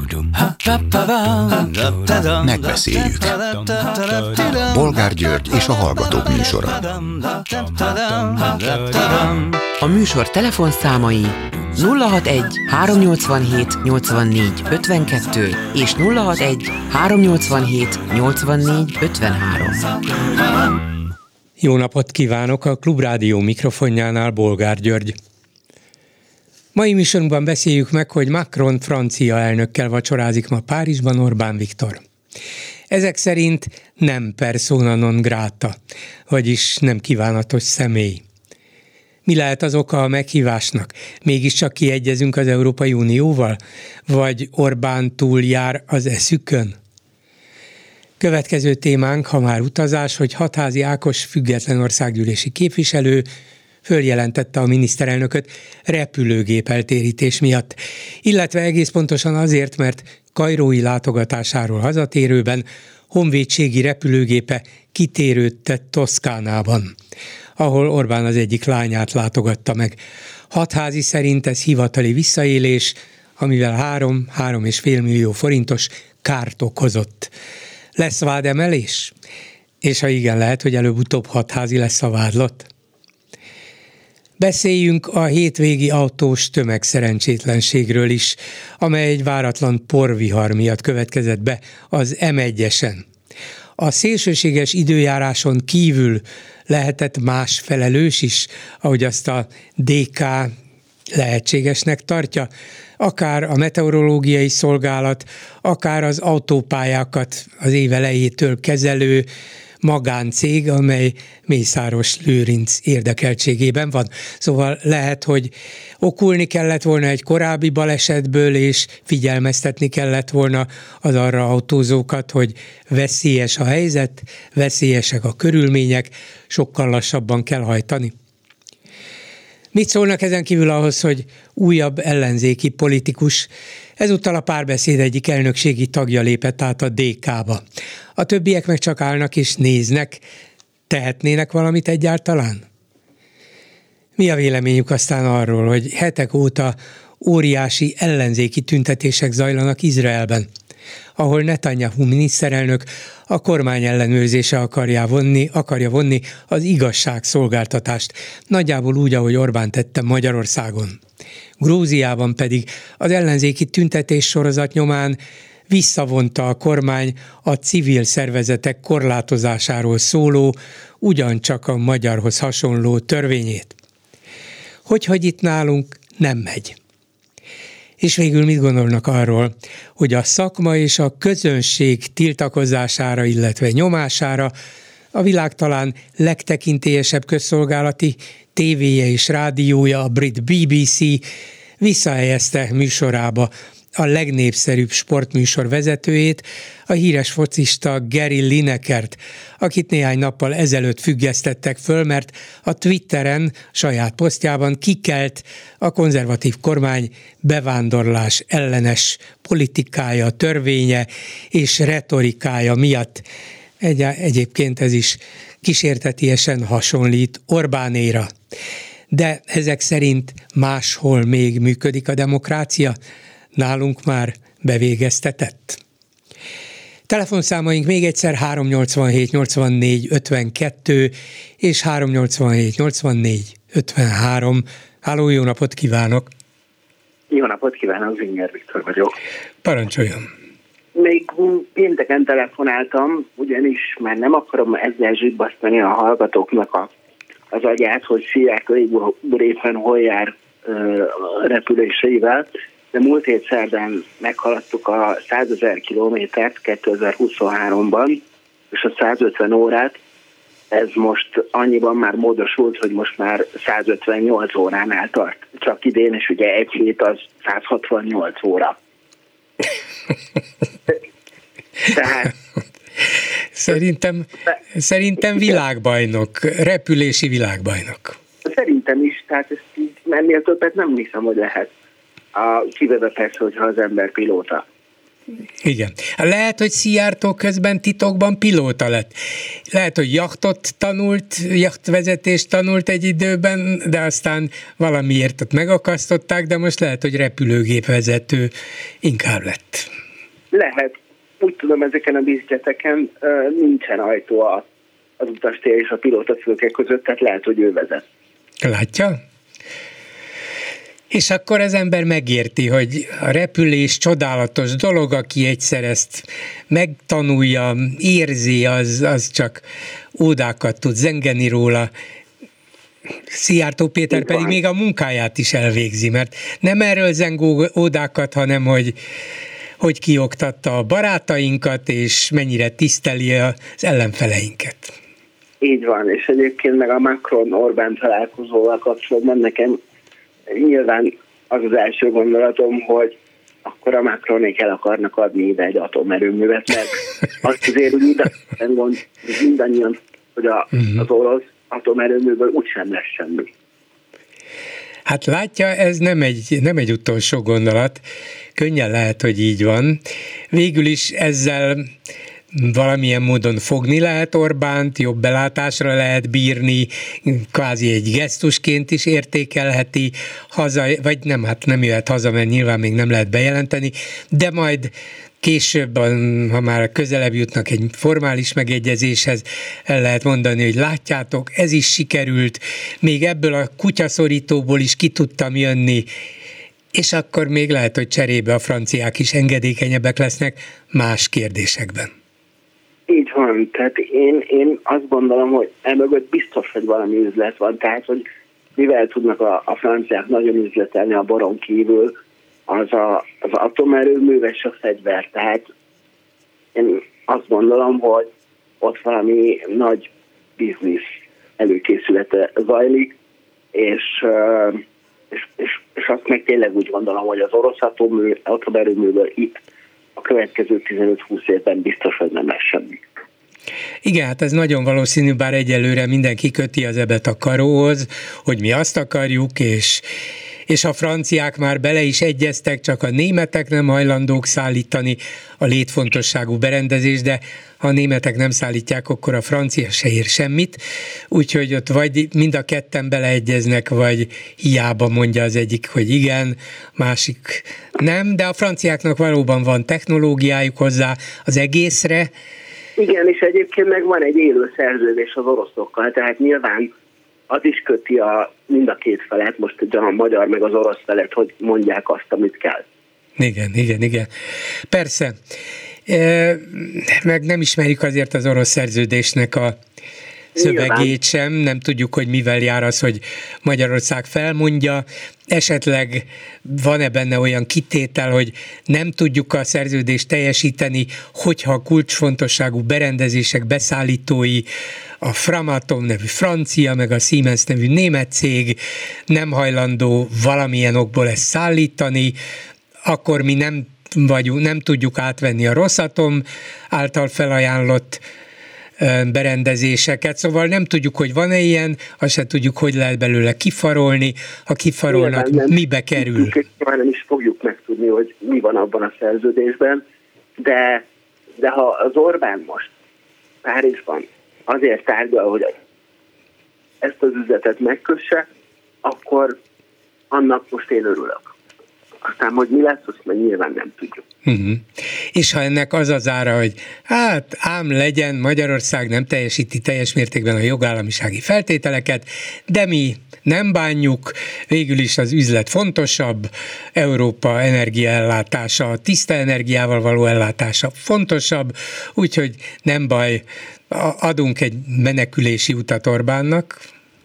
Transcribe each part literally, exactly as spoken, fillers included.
Megbeszéljük. Bolgár György és a Hallgatók műsora. A műsor telefonszámai nulla hatvanegy háromnyolcvanhét nyolcvannégy ötvenkettő és nulla hatvanegy háromnyolcvanhét nyolcvannégy ötvenhárom. Jó napot kívánok, a Klubrádió mikrofonjánál Bolgár György. Mai műsorunkban beszéljük meg, hogy Macron francia elnökkel vacsorázik ma Párizsban Orbán Viktor. Ezek szerint nem persona non grata, vagyis nem kívánatos személy. Mi lehet az oka a meghívásnak? Mégiscsak kiegyezünk az Európai Unióval? Vagy Orbán túl jár az eszükön? Következő témánk, ha már utazás, hogy Hatházi Ákos független országgyűlési képviselő följelentette a miniszterelnököt repülőgép eltérítés miatt, illetve egész pontosan azért, mert kairói látogatásáról hazatérőben honvédségi repülőgépe kitérőt tett Toszkánában, ahol Orbán az egyik lányát látogatta meg. Hatházi szerint ez hivatali visszaélés, amivel három, három és fél millió forintos kárt okozott. Lesz vádemelés? És ha igen, lehet, hogy előbb-utóbb Hatházi lesz a vádlott? Beszéljünk a hétvégi autós tömegszerencsétlenségről is, amely egy váratlan porvihar miatt következett be az em egyesen. A szélsőséges időjáráson kívül lehetett más felelős is, ahogy azt a dé ká lehetségesnek tartja, akár a meteorológiai szolgálat, akár az autópályákat az év elejétől kezelő magáncég, amely Mészáros Lőrinc érdekeltségében van. Szóval lehet, hogy okulni kellett volna egy korábbi balesetből, és figyelmeztetni kellett volna az arra autózókat, hogy veszélyes a helyzet, veszélyesek a körülmények, sokkal lassabban kell hajtani. Mit szólnak ezen kívül ahhoz, hogy újabb ellenzéki politikus, ezúttal a Párbeszéd egyik elnökségi tagja lépett át a dé ká-ba. A többiek meg csak állnak és néznek, tehetnének valamit egyáltalán? Mi a véleményük aztán arról, hogy hetek óta óriási ellenzéki tüntetések zajlanak Izraelben, ahol Netanyahu miniszterelnök a kormány ellenőrzése akarja vonni, akarja vonni az igazságszolgáltatást, nagyjából úgy, ahogy Orbán tette Magyarországon. Grúziában pedig az ellenzéki tüntetés sorozat nyomán visszavonta a kormány a civil szervezetek korlátozásáról szóló, ugyancsak a magyarhoz hasonló törvényét. Hogyhogy itt nálunk nem megy. És végül mit gondolnak arról, hogy a szakma és a közönség tiltakozására, illetve nyomására a világ talán legtekintélyesebb közszolgálati tévéje és rádiója, a brit bé bé cé visszahelyezte műsorába a legnépszerűbb sportműsor vezetőjét, a híres focista Gary Linekert, akit néhány nappal ezelőtt függesztettek föl, mert a Twitteren saját posztjában kikelt a konzervatív kormány bevándorlás ellenes politikája, törvénye és retorikája miatt. Egy, egyébként ez is kísértetiesen hasonlít Orbánéra. De ezek szerint máshol még működik a demokrácia, nálunk már bevégeztetett. Telefonszámaink még egyszer háromnyolcvanhét nyolcvannégy ötvenkettő és háromnyolcvanhét nyolcvannégy ötvenhárom. Háló, jó napot kívánok! Jó napot kívánok, Zinger Viktor vagyok. Parancsoljon! Még pénteken telefonáltam, ugyanis már nem akarom ezzel zsibbasztani a hallgatóknak a, az agyát, hogy szívják hogy éppen hol jár ö, repüléseivel, de múlt hét szerdán meghaladtuk a százezer kilométert kétezer-huszonháromban, és a százötven órát, ez most annyiban már módosult, hogy most már százötvennyolc óránál tart. Csak idén, és ugye egy hét az százhatvannyolc óra. Tehát... Szerintem, szerintem világbajnok, repülési világbajnok. Szerintem is, tehát ezt így mennél többet nem hiszem, hogy lehet. A kivéve persze, hogyha az ember pilóta. Igen. Lehet, hogy Szijjártó közben titokban pilóta lett. Lehet, hogy jachtot tanult, jachtvezetést tanult egy időben, de aztán valamiért ott megakasztották, de most lehet, hogy repülőgépvezető inkább lett. lehet, úgy tudom, ezeken a bizonyeteken nincsen ajtó az utastér és a pilótafülke között, tehát lehet, hogy ő vezet. Látja? És akkor az ember megérti, hogy a repülés csodálatos dolog, aki egyszer ezt megtanulja, érzi, az, az csak ódákat tud zengeni róla. Szijjártó Péter pedig még a munkáját is elvégzi, mert nem erről zengó ódákat, hanem hogy, hogy kioktatta a barátainkat, és mennyire tiszteli az ellenfeleinket. Így van, és egyébként meg a Macron-Orbán találkozóval kapcsolatban nekem nyilván az az első gondolatom, hogy akkor a Macronék el akarnak adni ide egy atomerőművet, mert azt azért úgy mindannyian, gond, mindannyian hogy a, az orosz atomerőműből úgysem lesz semmi. Hát látja, ez nem egy, nem egy utolsó gondolat. Könnyen lehet, hogy így van. Végül is ezzel valamilyen módon fogni lehet Orbánt, jobb belátásra lehet bírni, kvázi egy gesztusként is értékelheti haza, vagy nem, hát nem jöhet haza, mert nyilván még nem lehet bejelenteni, de majd később, ha már közelebb jutnak egy formális megegyezéshez, el lehet mondani, hogy látjátok, ez is sikerült, még ebből a kutyaszorítóból is ki tudtam jönni, és akkor még lehet, hogy cserébe a franciák is engedékenyebbek lesznek más kérdésekben. Így van, tehát én, én azt gondolom, hogy emögött biztos, hogy valami üzlet van, tehát hogy mivel tudnak a, a franciák nagyon üzletelni a boron kívül, az a, az atomerőmű és a fegyver, tehát én azt gondolom, hogy ott valami nagy biznisz előkészülete zajlik, és, és, és, és azt meg tényleg úgy gondolom, hogy az orosz atomű, atomerőműből itt a következő tizenöt-húsz évben biztos, hogy nem lesz semmi. Igen, hát ez nagyon valószínű, bár egyelőre mindenki köti az ebet a karóhoz, hogy mi azt akarjuk, és, és a franciák már bele is egyeztek, csak a németek nem hajlandók szállítani a létfontosságú berendezést, de ha a németek nem szállítják, akkor a francia se ér semmit, úgyhogy ott vagy mind a ketten beleegyeznek, vagy hiába mondja az egyik, hogy igen, másik nem, de a franciáknak valóban van technológiájuk hozzá az egészre. Igen, és egyébként meg van egy élő szerződés az oroszokkal, tehát nyilván az is köti a, mind a két felet, most a magyar meg az orosz felet, hogy mondják azt, amit kell. Igen, igen, igen. Persze. E, meg nem ismerjük azért az orosz szerződésnek a szövegét sem, nem tudjuk, hogy mivel jár az, hogy Magyarország felmondja, esetleg van-e benne olyan kitétel, hogy nem tudjuk a szerződést teljesíteni, hogyha a kulcsfontosságú berendezések beszállítói, a Framatome nevű francia, meg a Siemens nevű német cég nem hajlandó valamilyen okból ezt szállítani, akkor mi nem vagyunk, nem tudjuk átvenni a Rosatom által felajánlott berendezéseket, szóval nem tudjuk, hogy van-e ilyen, azt se tudjuk, hogy lehet belőle kifarolni, ha kifarolnak, nem, mibe kerül. Már nem is fogjuk megtudni, hogy mi van abban a szerződésben, de, de ha az Orbán most Párizsban azért tárgyal, hogy ezt az üzletet megkösse, akkor annak most én örülök. Aztán, hogy mi lesz, azt meg nyilván nem tudjuk. Uh-huh. És ha ennek az az ára, hogy hát ám legyen, Magyarország nem teljesíti teljes mértékben a jogállamisági feltételeket, de mi nem bánjuk, végül is az üzlet fontosabb, Európa energiaellátása, tiszta energiával való ellátása fontosabb, úgyhogy nem baj, adunk egy menekülési utat Orbánnak.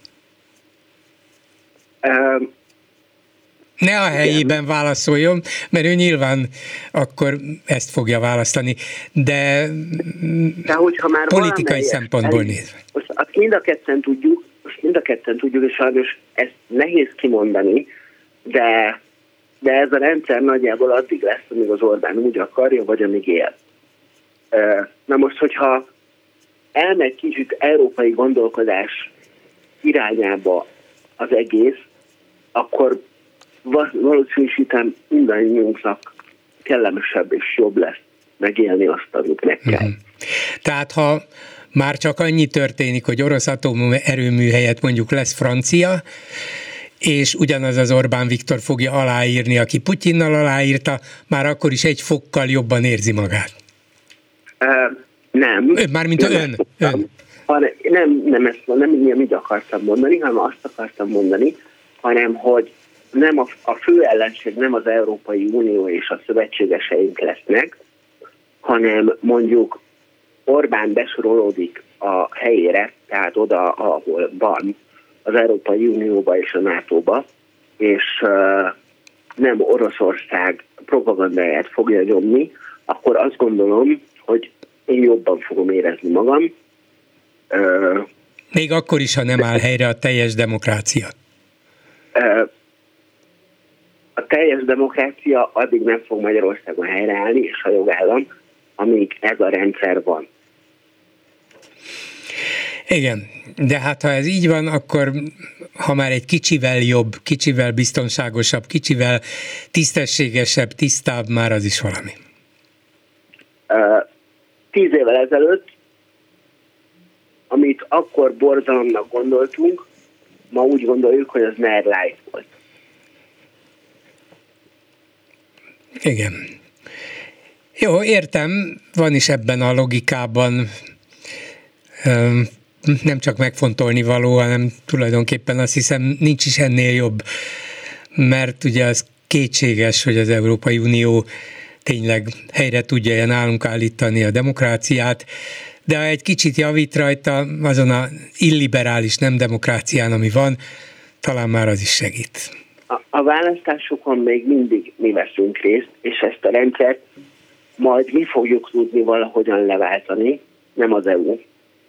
Um, Ne a helyében válaszoljon, mert ő nyilván akkor ezt fogja választani, de, de hogyha már politikai szempontból el, nézve. Most azt mind a ketten tudjuk, most mind a ketten tudjuk, és sajnos ezt nehéz kimondani, de, de ez a rendszer nagyjából addig lesz, amíg az Orbán úgy akarja, vagy amíg él. Na most, hogyha elmegy kicsit európai gondolkodás irányába az egész, akkor valószínűsítem mindannyiunknak kellemesebb és jobb lesz megélni azt, amit meg kell. Uh-huh. Tehát ha már csak annyi történik, hogy orosz atomerőmű helyett mondjuk lesz francia, és ugyanaz az Orbán Viktor fogja aláírni, aki Putyinnal aláírta, már akkor is egy fokkal jobban érzi magát. Uh, nem. Mármint nem ön. ön. Hanem, nem, nem ezt nem, nem így akartam mondani, hanem azt akartam mondani, hanem hogy nem a, a fő ellenség nem az Európai Unió és a szövetségeseink lesznek, hanem mondjuk Orbán besorolódik a helyére, tehát oda, ahol van, az Európai Unióba és a nátóba, és uh, nem Oroszország propagandáját fogja nyomni, akkor azt gondolom, hogy én jobban fogom érezni magam. Uh, Még akkor is, ha nem áll helyre a teljes demokrácia. Uh, a teljes demokrácia addig nem fog Magyarországon helyreállni, és a jogállam, amíg ez a rendszer van. Igen, de hát ha ez így van, akkor ha már egy kicsivel jobb, kicsivel biztonságosabb, kicsivel tisztességesebb, tisztább, már az is valami. Uh, tíz évvel ezelőtt, amit akkor borzalomnak gondoltunk, ma úgy gondoljuk, hogy az már light volt. Igen. Jó, értem, van is ebben a logikában nem csak megfontolni való, hanem tulajdonképpen azt hiszem nincs is ennél jobb, mert ugye az kétséges, hogy az Európai Unió tényleg helyre tudja nálunk állítani a demokráciát, de ha egy kicsit javít rajta azon a illiberális nem demokrácián, ami van, talán már az is segít. A, a választásokon még mindig mi veszünk részt, és ezt a rendszert majd mi fogjuk tudni valahogyan leváltani, nem az é u.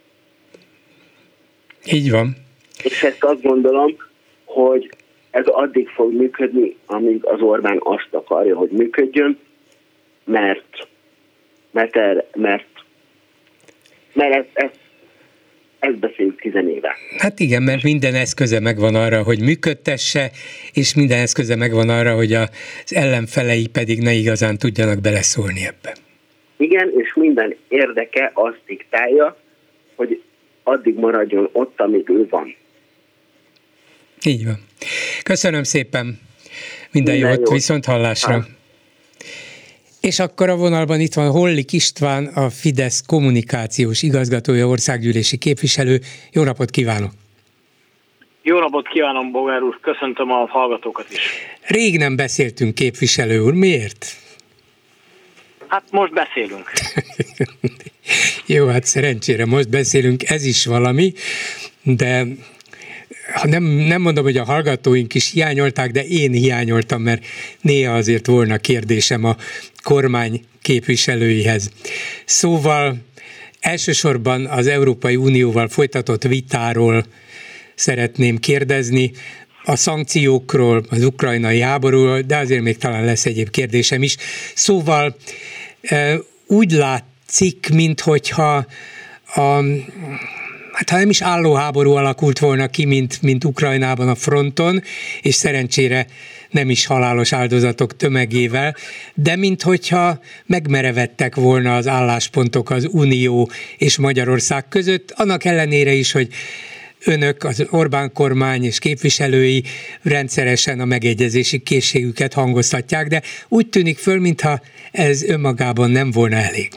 Így van. És ezt azt gondolom, hogy ez addig fog működni, amíg az Orbán azt akarja, hogy működjön, mert mert, er, mert, mert ezt, ezt, ezt beszéljük tizenéve. Hát igen, mert minden eszköze megvan arra, hogy működtesse, és minden eszköze megvan arra, hogy az ellenfelei pedig ne igazán tudjanak beleszólni ebbe. Igen, és minden érdeke azt diktálja, hogy addig maradjon ott, amíg ő van. Így van. Köszönöm szépen. Minden, Minden jót, jót. Viszont hallásra. Ha. És akkor a vonalban itt van Hollik István, a Fidesz kommunikációs igazgatója, országgyűlési képviselő. Jó napot kívánok! Jó napot kívánom, Bogár úr! Köszöntöm a hallgatókat is. Rég nem beszéltünk, képviselő úr. Miért? Hát most beszélünk. Jó, hát szerencsére most beszélünk, ez is valami, de nem, nem mondom, hogy a hallgatóink is hiányolták, de én hiányoltam, mert néha azért volna kérdésem a kormány képviselőihez. Szóval elsősorban az Európai Unióval folytatott vitáról szeretném kérdezni, a szankciókról, az ukrajnai háborúról, de azért még talán lesz egyéb kérdésem is. Szóval úgy látszik, minthogyha a, hát ha nem is álló háború alakult volna ki, mint, mint Ukrajnában a fronton, és szerencsére nem is halálos áldozatok tömegével, de minthogyha megmerevettek volna az álláspontok az Unió és Magyarország között, annak ellenére is, hogy önök, az Orbán kormány és képviselői rendszeresen a megegyezési készségüket hangoztatják, de úgy tűnik föl, mintha ez önmagában nem volna elég.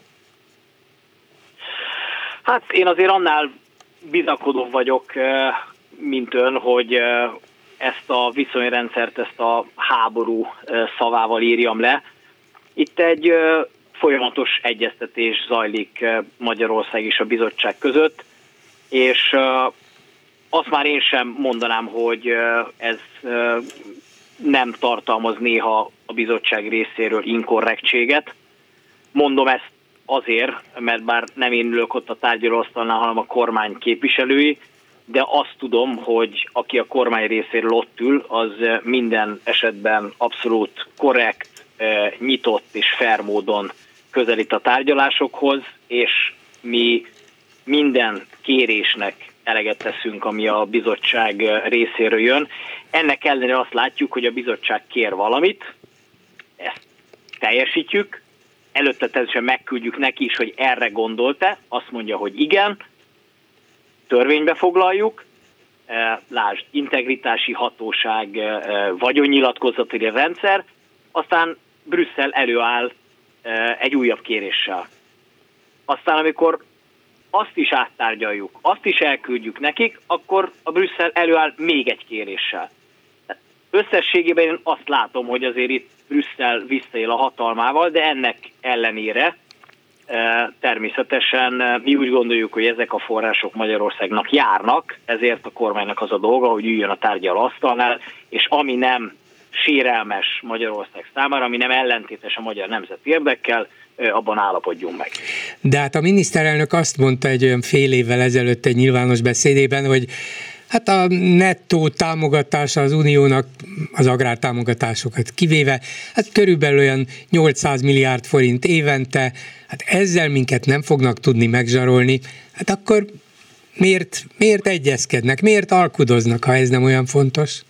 Hát én azért annál bizakodóbb vagyok, mint ön, hogy ezt a viszonyrendszert, ezt a háború szavával írjam le. Itt egy folyamatos egyeztetés zajlik Magyarország és a bizottság között, és azt már én sem mondanám, hogy ez nem tartalmaz néha a bizottság részéről inkorrektséget. Mondom ezt azért, mert bár nem én ülök ott a tárgyalóasztalnál, hanem a kormány képviselői, de azt tudom, hogy aki a kormány részéről ott ül, az minden esetben abszolút korrekt, nyitott és fair módon közelít a tárgyalásokhoz, és mi minden kérésnek eleget teszünk, ami a bizottság részéről jön. Ennek ellenére azt látjuk, hogy a bizottság kér valamit, ezt teljesítjük, előtte természetesen megküldjük neki is, hogy erre gondolt-e, azt mondja, hogy igen, törvénybe foglaljuk, lásd, integritási hatóság, vagyonnyilatkozati rendszer, aztán Brüsszel előáll egy újabb kéréssel. Aztán amikor azt is áttárgyaljuk, azt is elküldjük nekik, akkor a Brüsszel előáll még egy kéréssel. Összességében én azt látom, hogy azért itt Brüsszel visszaél a hatalmával, de ennek ellenére természetesen mi úgy gondoljuk, hogy ezek a források Magyarországnak járnak, ezért a kormánynak az a dolga, hogy üljön a tárgyalóasztalnál, és ami nem sérelmes Magyarország számára, ami nem ellentétes a magyar nemzeti érdekkel, abban állapodjunk meg. De hát a miniszterelnök azt mondta egy olyan fél évvel ezelőtt egy nyilvános beszédében, hogy hát a nettó támogatása az uniónak, az agrártámogatásokat kivéve, hát körülbelül olyan nyolcszáz milliárd forint évente, hát ezzel minket nem fognak tudni megzsarolni, hát akkor miért, miért egyezkednek, miért alkudoznak, ha ez nem olyan fontos?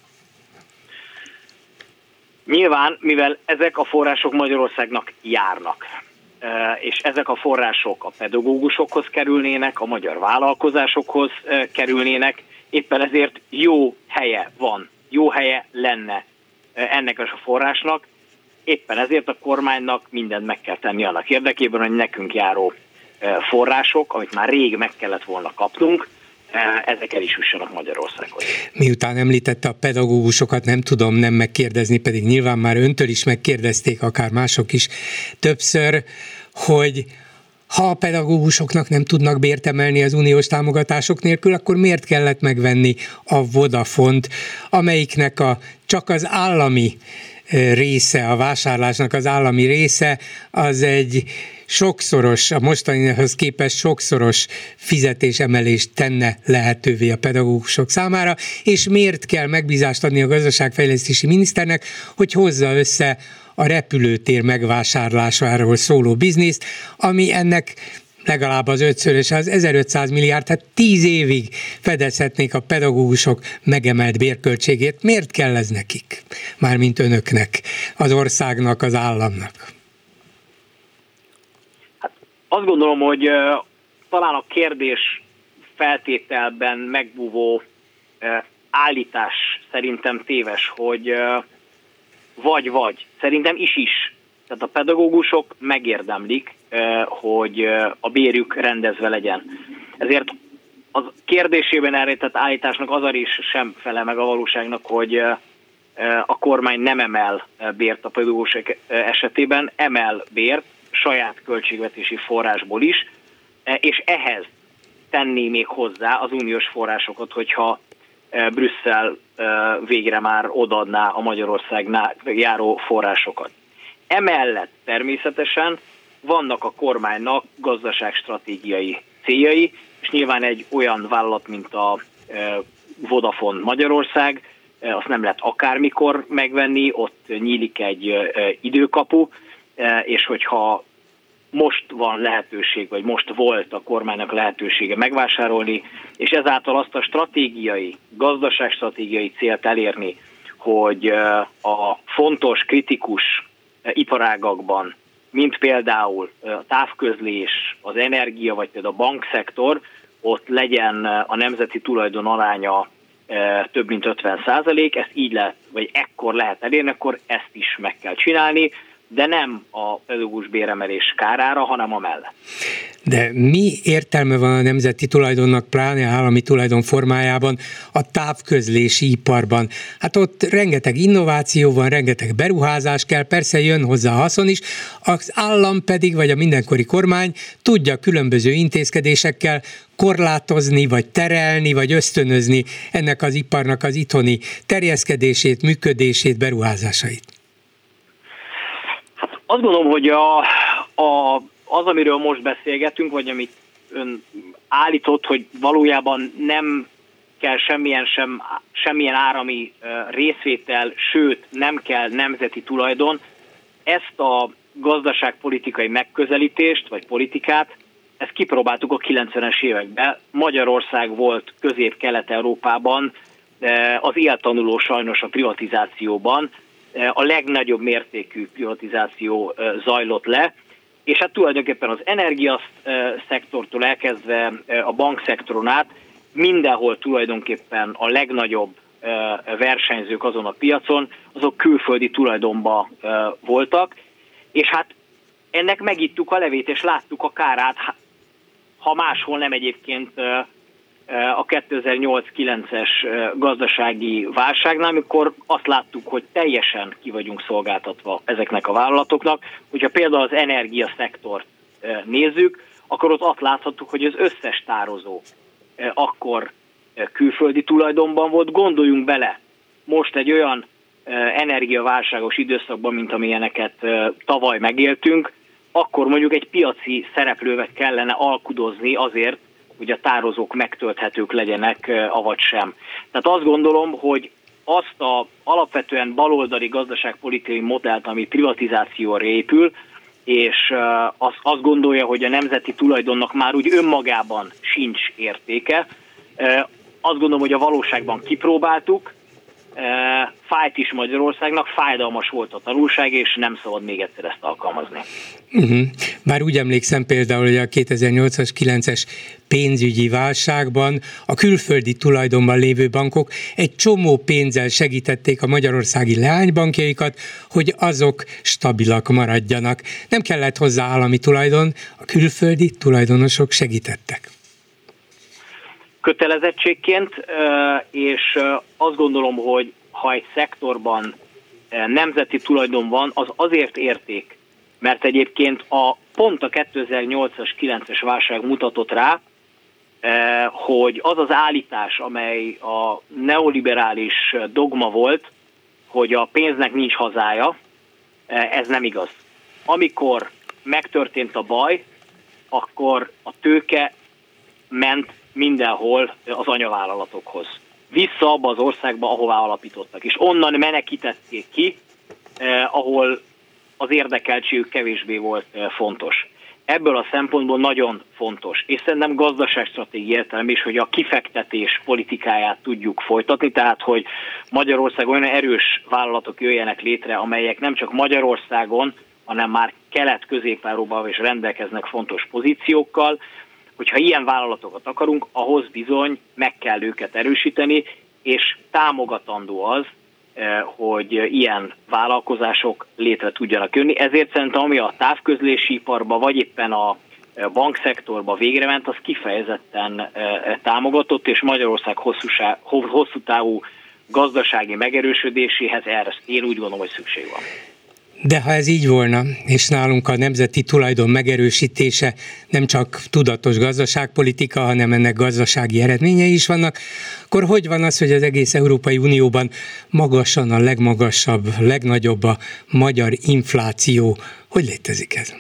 Nyilván, mivel ezek a források Magyarországnak járnak, és ezek a források a pedagógusokhoz kerülnének, a magyar vállalkozásokhoz kerülnének, éppen ezért jó helye van, jó helye lenne ennek a forrásnak, éppen ezért a kormánynak mindent meg kell tenni annak érdekében, hogy nekünk járó források, amit már rég meg kellett volna kapnunk, ezek el is jussanak Magyarországhoz. Miután említette a pedagógusokat, nem tudom nem megkérdezni, pedig nyilván már öntől is megkérdezték, akár mások is többször, hogy ha a pedagógusoknak nem tudnak bért emelni az uniós támogatások nélkül, akkor miért kellett megvenni a Vodafont, amelyiknek a, csak az állami része, a vásárlásnak az állami része, az egy sokszoros, a mostanihoz képest sokszoros fizetésemelést tenne lehetővé a pedagógusok számára, és miért kell megbízást adni a gazdaságfejlesztési miniszternek, hogy hozza össze a repülőtér megvásárlásáról szóló bizniszt, ami ennek legalább az ötszörös, az ezerötszáz milliárd, tehát tíz évig fedezhetnék a pedagógusok megemelt bérköltségét. Miért kell ez nekik? Mármint önöknek, az országnak, az államnak. Hát azt gondolom, hogy uh, talán a kérdés feltételben megbúvó uh, állítás szerintem téves, hogy uh, vagy-vagy, szerintem is-is. Tehát a pedagógusok megérdemlik, hogy a bérük rendezve legyen. Ezért az kérdésében elrejtett állításnak az a része sem felel meg a valóságnak, hogy a kormány nem emel bért a pedagógusok esetében, emel bért saját költségvetési forrásból is, és ehhez tenni még hozzá az uniós forrásokat, hogyha Brüsszel végre már odaadná a Magyarországnál járó forrásokat. Emellett természetesen vannak a kormánynak gazdaságstratégiai céljai, és nyilván egy olyan vállalat, mint a Vodafone Magyarország, azt nem lehet akármikor megvenni, ott nyílik egy időkapu, és hogyha most van lehetőség, vagy most volt a kormánynak lehetősége megvásárolni, és ezáltal azt a stratégiai, gazdaságstratégiai célt elérni, hogy a fontos, kritikus iparágakban, mint például a távközlés, az energia, vagy például a bankszektor, ott legyen a nemzeti tulajdon aránya több mint ötven százalék, ezt így lehet, vagy ekkor lehet elérni, akkor ezt is meg kell csinálni, de nem a pedagógus béremelés kárára, hanem amellett. De mi értelme van a nemzeti tulajdonnak, pláne állami tulajdon formájában a távközlési iparban? Hát ott rengeteg innováció van, rengeteg beruházás kell, persze jön hozzá a haszon is, az állam pedig, vagy a mindenkori kormány tudja különböző intézkedésekkel korlátozni, vagy terelni, vagy ösztönözni ennek az iparnak az itthoni terjeszkedését, működését, beruházásait. Azt gondolom, hogy a, a, az, amiről most beszélgetünk, vagy amit ön állított, hogy valójában nem kell semmilyen, sem, semmilyen állami részvétel, sőt nem kell nemzeti tulajdon, ezt a gazdaságpolitikai megközelítést, vagy politikát, ezt kipróbáltuk a kilencvenes években. Magyarország volt Közép-Kelet-Európában az éltanuló sajnos a privatizációban, a legnagyobb mértékű privatizáció zajlott le, és hát tulajdonképpen az energiaszektortól elkezdve a bankszektoron át mindenhol tulajdonképpen a legnagyobb versenyzők azon a piacon, azok külföldi tulajdonban voltak, és hát ennek megittuk a levét, és láttuk a kárát, ha máshol nem egyébként a kétezer-nyolc-kilences gazdasági válságnál, amikor azt láttuk, hogy teljesen ki vagyunk szolgáltatva ezeknek a vállalatoknak. Hogyha például az energiaszektort nézzük, akkor ott azt láthattuk, hogy az összes tározó akkor külföldi tulajdonban volt. Gondoljunk bele, most egy olyan energiaválságos időszakban, mint amilyeneket tavaly megéltünk, akkor mondjuk egy piaci szereplővel kellene alkudozni azért, hogy a tározók megtölthetők legyenek, avagy sem. Tehát azt gondolom, hogy azt a alapvetően baloldali gazdaságpolitikai modellt, ami privatizációra épül, és azt, azt gondolja, hogy a nemzeti tulajdonnak már úgy önmagában sincs értéke. Azt gondolom, hogy a valóságban kipróbáltuk, fájt is Magyarországnak, fájdalmas volt a tanulság, és nem szabad még egyszer ezt alkalmazni. Uh-huh. Bár úgy emlékszem például, hogy a kétezer-nyolcas kilences pénzügyi válságban a külföldi tulajdonban lévő bankok egy csomó pénzzel segítették a magyarországi leánybankjaikat, hogy azok stabilak maradjanak. Nem kellett hozzá állami tulajdon, a külföldi tulajdonosok segítettek. Kötelezettségként, és azt gondolom, hogy ha egy szektorban nemzeti tulajdon van, az azért érték, mert egyébként a, pont a kétezer-nyolcas kilences válság mutatott rá, hogy az az állítás, amely a neoliberális dogma volt, hogy a pénznek nincs hazája, ez nem igaz. Amikor megtörtént a baj, akkor a tőke ment mindenhol az anyavállalatokhoz. Vissza abba az országba, ahová alapítottak. És onnan menekítették ki, eh, ahol az érdekeltségük kevésbé volt eh, fontos. Ebből a szempontból nagyon fontos. És szerintem gazdaságstratégia értelme is, hogy a kifektetés politikáját tudjuk folytatni, tehát hogy Magyarországon olyan erős vállalatok jöjjenek létre, amelyek nem csak Magyarországon, hanem már Kelet-Közép-Európában is rendelkeznek fontos pozíciókkal. Hogyha ilyen vállalatokat akarunk, ahhoz bizony meg kell őket erősíteni, és támogatandó az, hogy ilyen vállalkozások létre tudjanak jönni. Ezért szerintem, ami a távközlési iparba, vagy éppen a bankszektorba végrement, az kifejezetten támogatott, és Magyarország hosszú, hosszú távú gazdasági megerősödéséhez erre én úgy gondolom, hogy szükség van. De ha ez így volna, és nálunk a nemzeti tulajdon megerősítése nem csak tudatos gazdaságpolitika, hanem ennek gazdasági eredményei is vannak, akkor hogy van az, hogy az egész Európai Unióban magasan a legmagasabb, legnagyobb a magyar infláció? Hogy létezik ez?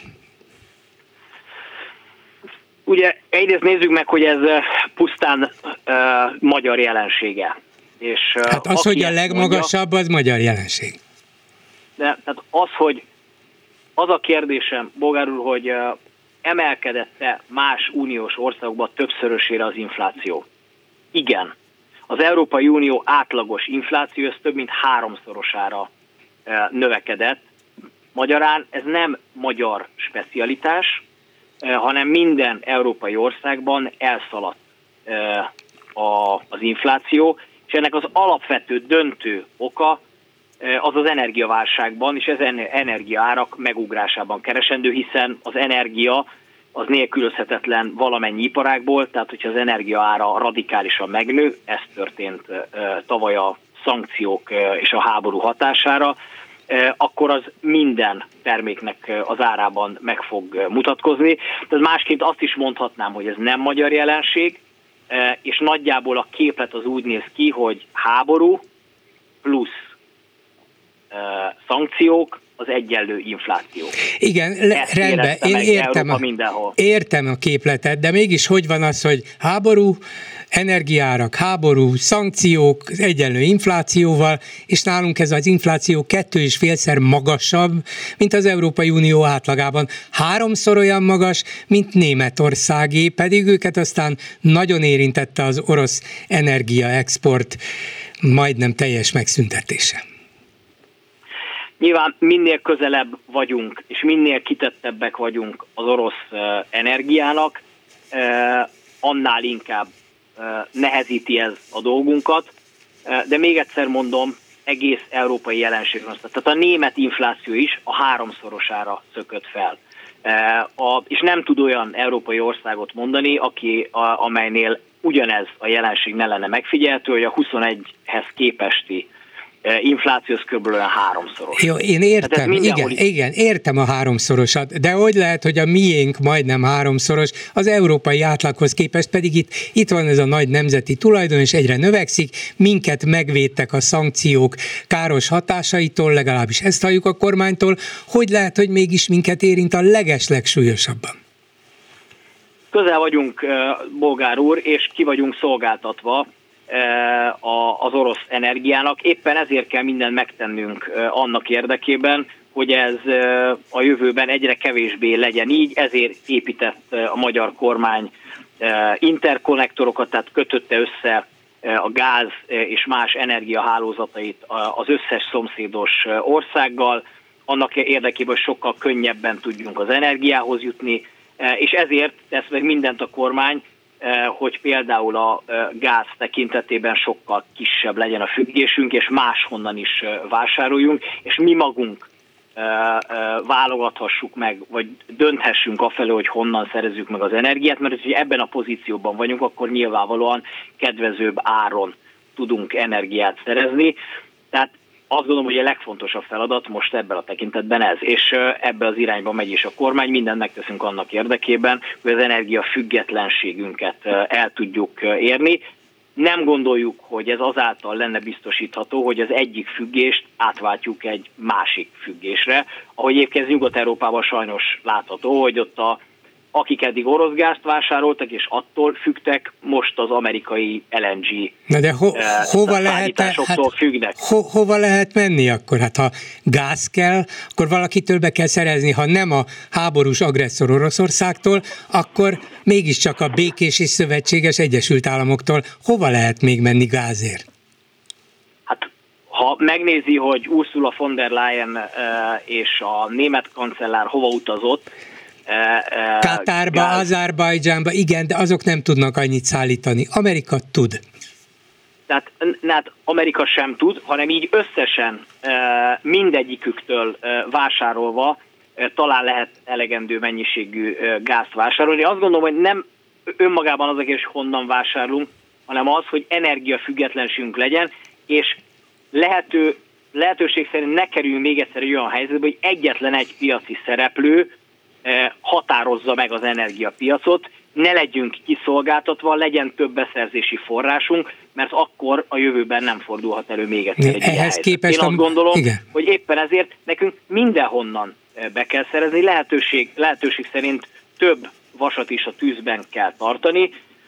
Ugye egyrészt nézzük meg, hogy ez pusztán uh, magyar jelensége. És, uh, hát az, hogy a legmagasabb, mondja, az magyar jelenség. De tehát az, hogy az a kérdésem, Bolgár úr, hogy uh, emelkedett-e más uniós országokban többszörösére az infláció? Igen. Az Európai Unió átlagos infláció ez több mint háromszorosára uh, növekedett. Magyarán ez nem magyar specialitás, uh, hanem minden európai országban elszaladt uh, a, az infláció, és ennek az alapvető döntő oka az az energiaválságban és az energiaárak megugrásában keresendő, hiszen az energia az nélkülözhetetlen valamennyi iparágból, tehát hogyha az energiaára radikálisan megnő, ez történt tavaly a szankciók és a háború hatására, akkor az minden terméknek az árában meg fog mutatkozni. Tehát másként azt is mondhatnám, hogy ez nem magyar jelenség, és nagyjából a képlet az úgy néz ki, hogy háború plusz szankciók az egyenlő infláció. Igen, le, rendben, én értem a, értem a képletet, de mégis hogy van az, hogy háború, energiárak, háború, szankciók egyenlő inflációval, és nálunk ez az infláció kettő és félszer magasabb, mint az Európai Unió átlagában. Háromszor olyan magas, mint Németországé, pedig őket aztán nagyon érintette az orosz energiaexport majdnem teljes megszüntetése. Nyilván minél közelebb vagyunk, és minél kitettebbek vagyunk az orosz energiának, annál inkább nehezíti ez a dolgunkat, de még egyszer mondom, egész európai jelenség. Tehát a német infláció is a háromszorosára szökött fel. A, és nem tud olyan európai országot mondani, aki, a, amelynél ugyanez a jelenség ne lenne megfigyelhető, hogy a huszonegyhez képesti infláció az kb. Olyan háromszoros. Jó, én értem, igen, igen, értem a háromszorosat, de hogy lehet, hogy a miénk majdnem háromszoros, az európai átlaghoz képest pedig itt, itt van ez a nagy nemzeti tulajdon, és egyre növekszik, minket megvédtek a szankciók káros hatásaitól, legalábbis ezt halljuk a kormánytól, hogy lehet, hogy mégis minket érint a legeslegsúlyosabban? Közel vagyunk, bolgár úr, és ki vagyunk szolgáltatva az orosz energiának. Éppen ezért kell mindent megtennünk annak érdekében, hogy ez a jövőben egyre kevésbé legyen így, ezért épített a magyar kormány interkonnektorokat, tehát kötötte össze a gáz és más energiahálózatait az összes szomszédos országgal, annak érdekében, hogy sokkal könnyebben tudjunk az energiához jutni, és ezért tesz meg mindent a kormány, hogy például a gáz tekintetében sokkal kisebb legyen a függésünk, és máshonnan is vásároljunk, és mi magunk válogathassuk meg, vagy dönthessünk afelől, hogy honnan szerezzük meg az energiát, mert hogyha ebben a pozícióban vagyunk, akkor nyilvánvalóan kedvezőbb áron tudunk energiát szerezni. Tehát azt gondolom, hogy a legfontosabb feladat most ebben a tekintetben ez, és ebben az irányban megy is a kormány, mindent megteszünk annak érdekében, hogy az energia függetlenségünket el tudjuk érni. Nem gondoljuk, hogy ez azáltal lenne biztosítható, hogy az egyik függést átváltjuk egy másik függésre, ahogy egyébként Nyugat-Európában sajnos látható, hogy ott a akik eddig orosz gázt vásároltak, és attól függtek, most az amerikai el en gé Na de ho, hova lehet, hát, függnek. Ho, hova lehet menni akkor? Hát ha gáz kell, akkor valakitől be kell szerezni. Ha nem a háborús agresszor Oroszországtól, akkor mégiscsak a békés és szövetséges Egyesült Államoktól. Hova lehet még menni gázért? Hát ha megnézi, hogy Ursula von der Leyen és a német kancellár hova utazott, Katárba, Azerbajdzsánba, igen, de azok nem tudnak annyit szállítani. Amerika tud. Tehát, tehát Amerika sem tud, hanem így összesen mindegyiküktől vásárolva talán lehet elegendő mennyiségű gázt vásárolni. Azt gondolom, hogy nem önmagában az a kérdés, honnan vásárolunk, hanem az, hogy energiafüggetlenségünk legyen, és lehető, lehetőség szerint ne kerüljünk még egyszer egy olyan helyzetbe, hogy egyetlen egy piaci szereplő határozza meg az energiapiacot, ne legyünk kiszolgáltatva, legyen több beszerzési forrásunk, mert akkor a jövőben nem fordulhat elő még egyszer egy ehhez képest. Én azt gondolom, igen. hogy éppen ezért nekünk mindenhonnan be kell szerezni, lehetőség, lehetőség szerint több vasat is a tűzben kell tartani,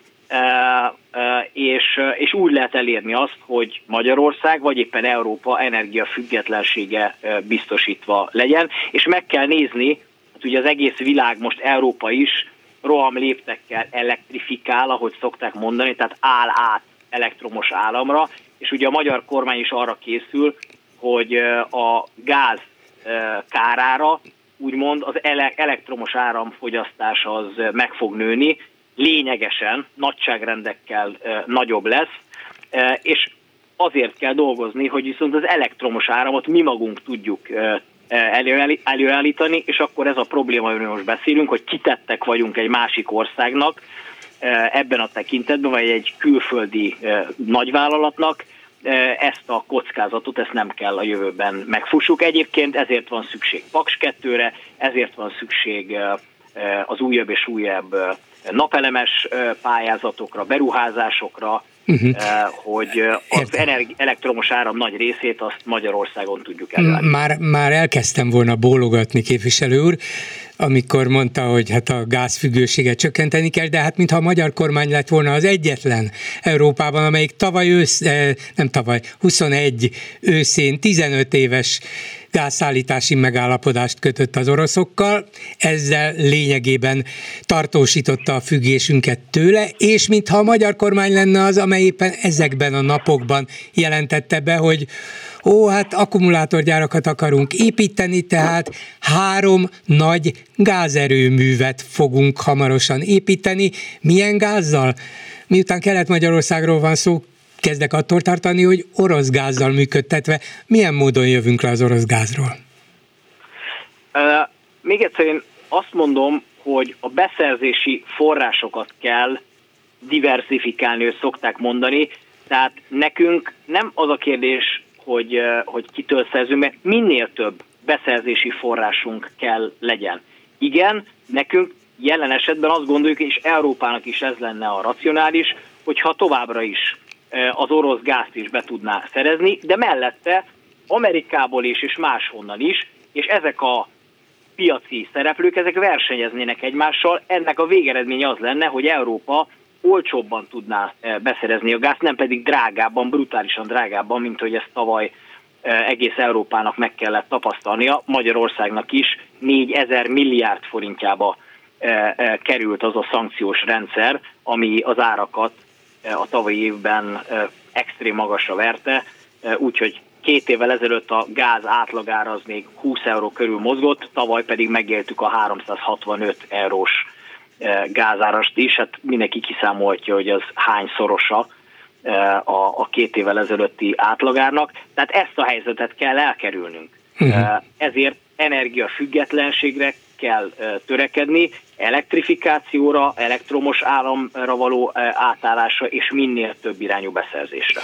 és, és úgy lehet elérni azt, hogy Magyarország, vagy éppen Európa energiafüggetlensége biztosítva legyen, és meg kell nézni, ugye az egész világ, most Európa is roham léptekkel elektrifikál, ahogy szokták mondani, tehát áll át elektromos áramra, és ugye a magyar kormány is arra készül, hogy a gáz kárára, úgymond az elektromos áramfogyasztás az meg fog nőni, lényegesen, nagyságrendekkel nagyobb lesz, és azért kell dolgozni, hogy viszont az elektromos áramot mi magunk tudjuk előállítani, és akkor ez a probléma, amiről most beszélünk, hogy kitettek vagyunk egy másik országnak ebben a tekintetben, vagy egy külföldi nagyvállalatnak, ezt a kockázatot, ezt nem kell a jövőben megfussuk. Egyébként ezért van szükség Paks kettőre, ezért van szükség az újabb és újabb napelemes pályázatokra, beruházásokra, uh-huh. hogy az energi- elektromos áram nagy részét azt Magyarországon tudjuk előállítani. Már, már elkezdtem volna bólogatni, képviselő úr, amikor mondta, hogy hát a gázfüggőséget csökkenteni kell, de hát mintha a magyar kormány lett volna az egyetlen Európában, amelyik tavaly ősz, nem tavaly, huszonegy őszén tizenöt éves gázszállítási megállapodást kötött az oroszokkal, ezzel lényegében tartósította a függésünket tőle, és mintha a magyar kormány lenne az, amely éppen ezekben a napokban jelentette be, hogy ó, hát akkumulátorgyárakat akarunk építeni, tehát három nagy gázerőművet fogunk hamarosan építeni. Milyen gázzal? Miután Kelet-Magyarországról van szó, kezdek attól tartani, hogy orosz gázzal működtetve. Milyen módon jövünk le az orosz gázról? Uh, még egyszer én azt mondom, hogy a beszerzési forrásokat kell diversifikálni, őt szokták mondani. Tehát nekünk nem az a kérdés, hogy, hogy kitől szerzünk, mert minél több beszerzési forrásunk kell legyen. Igen, nekünk jelen esetben azt gondoljuk, és Európának is ez lenne a racionális, hogyha továbbra is az orosz gázt is be tudná szerezni, de mellette Amerikából is és máshonnan is, és ezek a piaci szereplők, ezek versenyeznének egymással, ennek a végeredménye az lenne, hogy Európa olcsóbban tudná beszerezni a gázt, nem pedig drágábban, brutálisan drágábban, mint hogy ezt tavaly egész Európának meg kellett tapasztalnia. Magyarországnak is négyezer milliárd forintjába került az a szankciós rendszer, ami az árakat a tavalyi évben extrém magasra verte, úgyhogy két évvel ezelőtt a gáz átlagára az még húsz euró körül mozgott, tavaly pedig megéltük a háromszázhatvanöt eurós gázárast is, hát mindenki kiszámolhatja, hogy az hányszorosa a, a két évvel ezelőtti átlagárnak, tehát ezt a helyzetet kell elkerülnünk. Uh-huh. Ezért energiafüggetlenségre kell törekedni, elektrifikációra, elektromos áramra való átállásra és minél több irányú beszerzésre.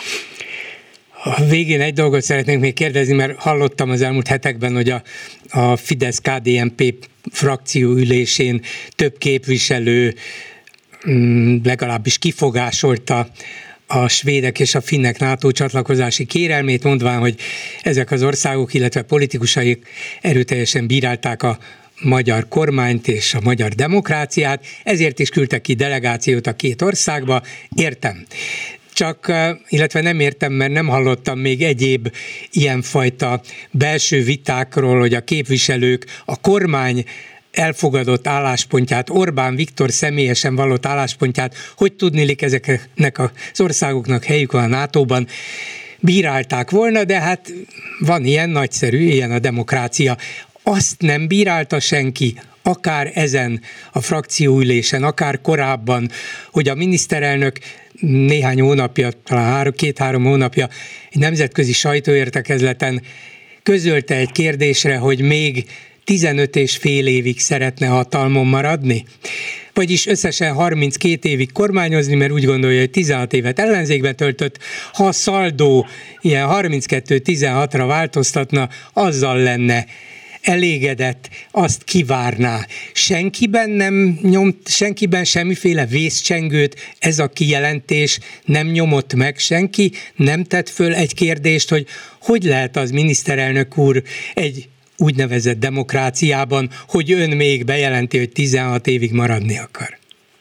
A végén egy dolgot szeretnék még kérdezni, mert hallottam az elmúlt hetekben, hogy a, a Fidesz-ká dé en pé frakció ülésén több képviselő legalábbis kifogásolta a svédek és a finnek NATO csatlakozási kérelmét, mondván, hogy ezek az országok, illetve politikusaik erőteljesen bírálták a magyar kormányt és a magyar demokráciát, ezért is küldtek ki delegációt a két országba. Értem. Csak, illetve nem értem, mert nem hallottam még egyéb ilyenfajta belső vitákról, hogy a képviselők a kormány elfogadott álláspontját, Orbán Viktor személyesen vallott álláspontját, hogy tudnilik ezeknek az országoknak helyük van a nátóban, bírálták volna, de hát van ilyen nagyszerű, ilyen a demokrácia. Azt nem bírálta senki, akár ezen a frakcióülésen, akár korábban, hogy a miniszterelnök néhány hónapja, talán két-három hónapja egy nemzetközi sajtóértekezleten közölte egy kérdésre, hogy még tizenöt és fél évig szeretne hatalmon maradni, vagyis összesen harminckét évig kormányozni, mert úgy gondolja, hogy tizenhat évet ellenzékbe töltött, ha a szaldó ilyen harminckettő tizenhatra változtatna, azzal lenne elégedett, azt kivárná. Senkiben nem nyomt, senkiben semmiféle vészcsengőt ez a kijelentés nem nyomott meg, senki nem tett föl egy kérdést, hogy hogy lehet az, miniszterelnök úr, egy úgynevezett demokráciában, hogy ön még bejelenti, hogy tizenhat évig maradni akar.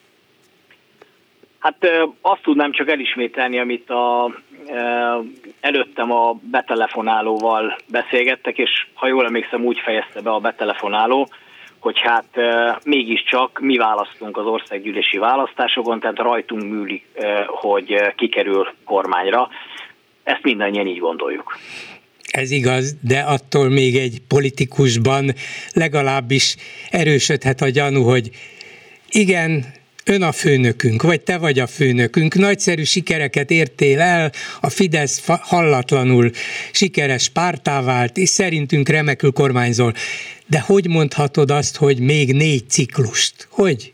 Hát azt tudnám csak elismételni, amit a, előttem a betelefonálóval beszélgettek, és ha jól emlékszem, úgy fejezte be a betelefonáló, hogy hát mégiscsak mi választunk az országgyűlési választásokon, tehát rajtunk múlik, hogy kikerül kormányra. Ezt mindannyian így gondoljuk. Ez igaz, de attól még egy politikusban legalábbis erősödhet a gyanú, hogy igen, ön a főnökünk, vagy te vagy a főnökünk, nagyszerű sikereket értél el, a Fidesz hallatlanul sikeres párttá vált, és szerintünk remekül kormányzol. De hogy mondhatod azt, hogy még négy ciklust? Hogy?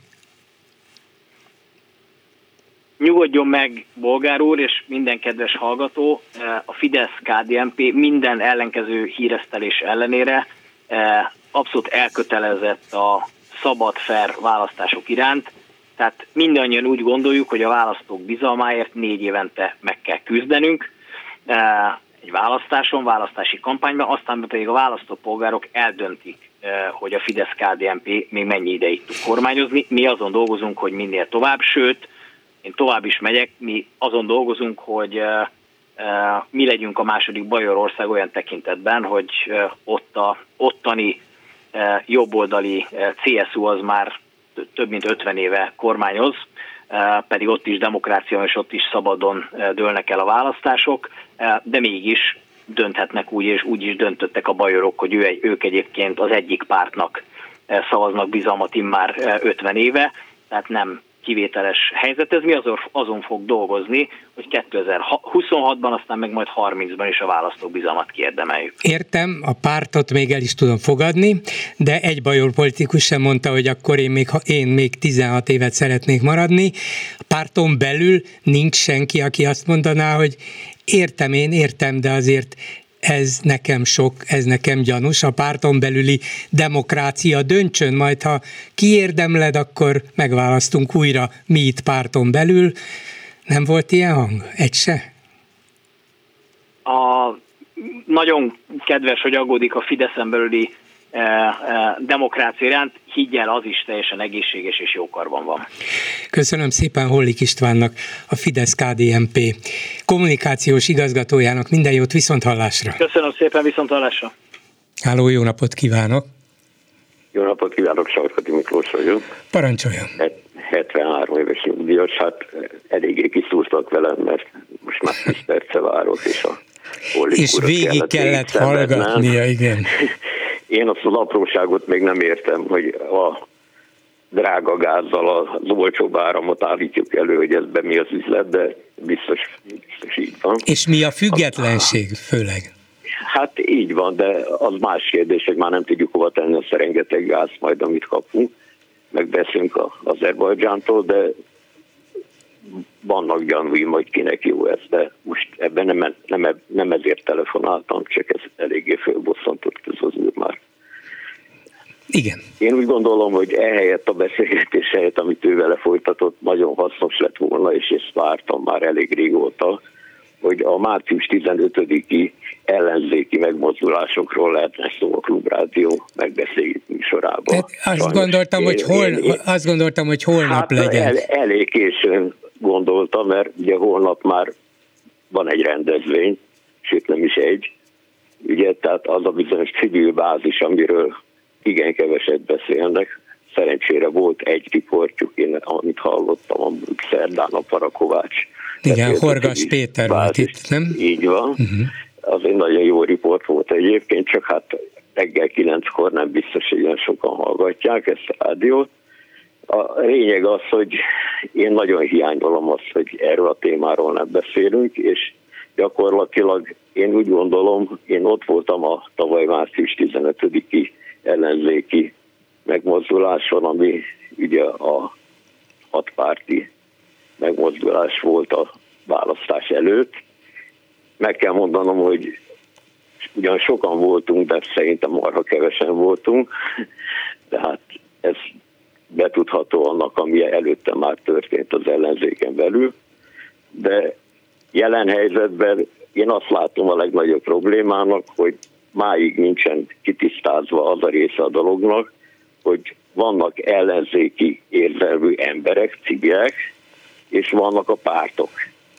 Nyugodjon meg, Bolgár úr, és minden kedves hallgató, a Fidesz-ká dé en pé minden ellenkező híresztelés ellenére abszolút elkötelezett a szabad, fair választások iránt. Tehát mindannyian úgy gondoljuk, hogy a választók bizalmáért négy évente meg kell küzdenünk egy választáson, választási kampányban, aztán pedig a választópolgárok eldöntik, hogy a Fidesz-ká dé en pé még mennyi ideig tud kormányozni. Mi azon dolgozunk, hogy minél tovább, sőt, én tovább is megyek, mi azon dolgozunk, hogy mi legyünk a második Bajorország olyan tekintetben, hogy ott a ottani jobboldali cé es u az már több mint ötven éve kormányoz, pedig ott is demokrácia és ott is szabadon dőlnek el a választások, de mégis dönthetnek úgy, és úgy is döntöttek a bajorok, hogy ő, ők egyébként az egyik pártnak szavaznak bizalmat immár ötven éve, tehát nem kivételes helyzet. Ez mi azon, azon fog dolgozni, hogy kétezer-huszonhatban, aztán meg majd harmincban is a választók bizalmat kiérdemeljük. Értem, a pártot még el is tudom fogadni, de egy bajor politikus sem mondta, hogy akkor én még, én még tizenhat évet szeretnék maradni. A párton belül nincs senki, aki azt mondaná, hogy értem én, értem, de azért ez nekem sok, ez nekem gyanús, a párton belüli demokrácia döntsön, majd ha kiérdemled, akkor megválasztunk újra mi itt párton belül. Nem volt ilyen hang? Egy se? A, nagyon kedves, hogy aggódik a Fideszen belüli e, e, demokrácia iránt, higgyel, az is teljesen egészséges és jókarban van. Köszönöm szépen Hollik Istvánnak, a Fidesz-ká dé en pé kommunikációs igazgatójának. Minden jót, viszonthallásra! Köszönöm szépen, viszonthallásra! Háló, jó napot kívánok! Jó napot kívánok, Sarkati Miklós vagyok. Parancsoljon! hetvenhárom éves nyugdíjas, hát eléggé kiszúrtak velem, mert most már tíz perce várok, és a Hollik És végig kellett, kellett hallgatnia, igen. Én azt az apróságot még nem értem, hogy a drága gázzal az olcsóbb áramot állítjuk elő, hogy ezben mi az üzlet, de biztos, biztos így van. És mi a függetlenség főleg? Hát így van, de az más kérdés, hogy már nem tudjuk hova tenni azt a rengeteg gáz majd, amit kapunk. Megbeszélünk az Azerbajdzsántól, de vannak gyanúim, hogy kinek jó ez, de most ebben nem, nem, nem ezért telefonáltam, csak ez eléggé fölbosszantott ez az úr már. Igen. Én úgy gondolom, hogy ehelyett a beszélgetés helyett, amit ő vele folytatott, nagyon hasznos lett volna, és ezt vártam már elég régóta, hogy a március tizenötödiki ellenzéki megmozdulásokról lehetne szó a Klubrádió megbeszéljük műsorában. Tehát azt gondoltam, én, hogy hol, én, én, azt gondoltam, hogy holnap hát legyen. El, elég későn gondoltam, mert ugye holnap már van egy rendezvény, sőt nem is egy, ugye, tehát az a bizonyos civil bázis, amiről igen keveset beszélnek. Szerencsére volt egy riportjuk, én amit hallottam, a szerdán a Parakovács. Igen, Horgas Péter volt itt, nem? Így van. Uh-huh. Az egy nagyon jó riport volt egyébként, csak hát reggel kilenckor nem biztos, hogy ilyen sokan hallgatják ezt a rádiót. A lényeg az, hogy én nagyon hiányolom azt, hogy erről a témáról nem beszélünk, és gyakorlatilag én úgy gondolom, én ott voltam a tavaly március tizenötödiki ellenzéki megmozduláson, ami ugye a hatpárti megmozdulás volt a választás előtt. Meg kell mondanom, hogy ugyan sokan voltunk, de szerintem marha kevesen voltunk, de hát ez betudható annak, ami előtte már történt az ellenzéken belül, de jelen helyzetben én azt látom a legnagyobb problémának, hogy máig nincsen kitisztázva az a része a dolognak, hogy vannak ellenzéki érzelmű emberek, civilek, és vannak a pártok.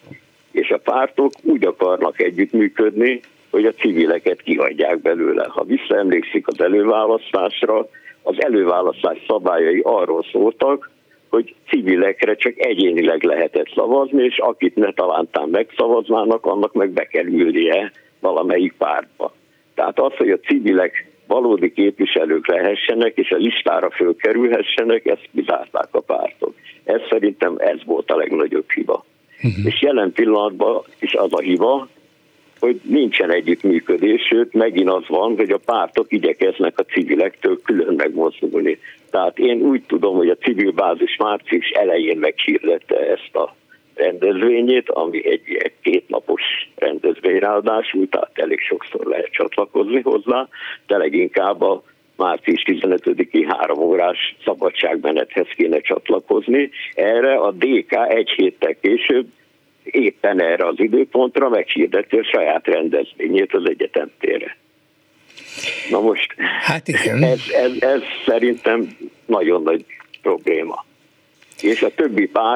És a pártok úgy akarnak együttműködni, hogy a civileket kihagyják belőle. Ha visszaemlékszik az előválasztásra, az előválasztás szabályai arról szóltak, hogy civilekre csak egyénileg lehetett szavazni, és akit ne talántán megszavaznának, annak meg be kell ülnie valamelyik pártba. Tehát az, hogy a civilek valódi képviselők lehessenek, és a listára fölkerülhessenek, ezt kizárták a pártok. Ez szerintem ez volt a legnagyobb hiba. Uh-huh. És jelen pillanatban is az a hiba, hogy nincsen együttműködés, sőt, megint az van, hogy a pártok igyekeznek a civilektől külön megmozdulni. Tehát én úgy tudom, hogy a civil bázis március elején meghirdette ezt a rendezvényét, ami egy ilyen kétnapos rendezvény ráadásul, tehát elég sokszor lehet csatlakozni hozzá, de leginkább a március tizenötödiki három órás szabadságmenethez kéne csatlakozni. Erre a dé ká egy héttel később éppen erre az időpontra meghirdeti a saját rendezvényét az egyetem térre. Na most, hát igen. Ez, ez, ez szerintem nagyon nagy probléma. És a többi párt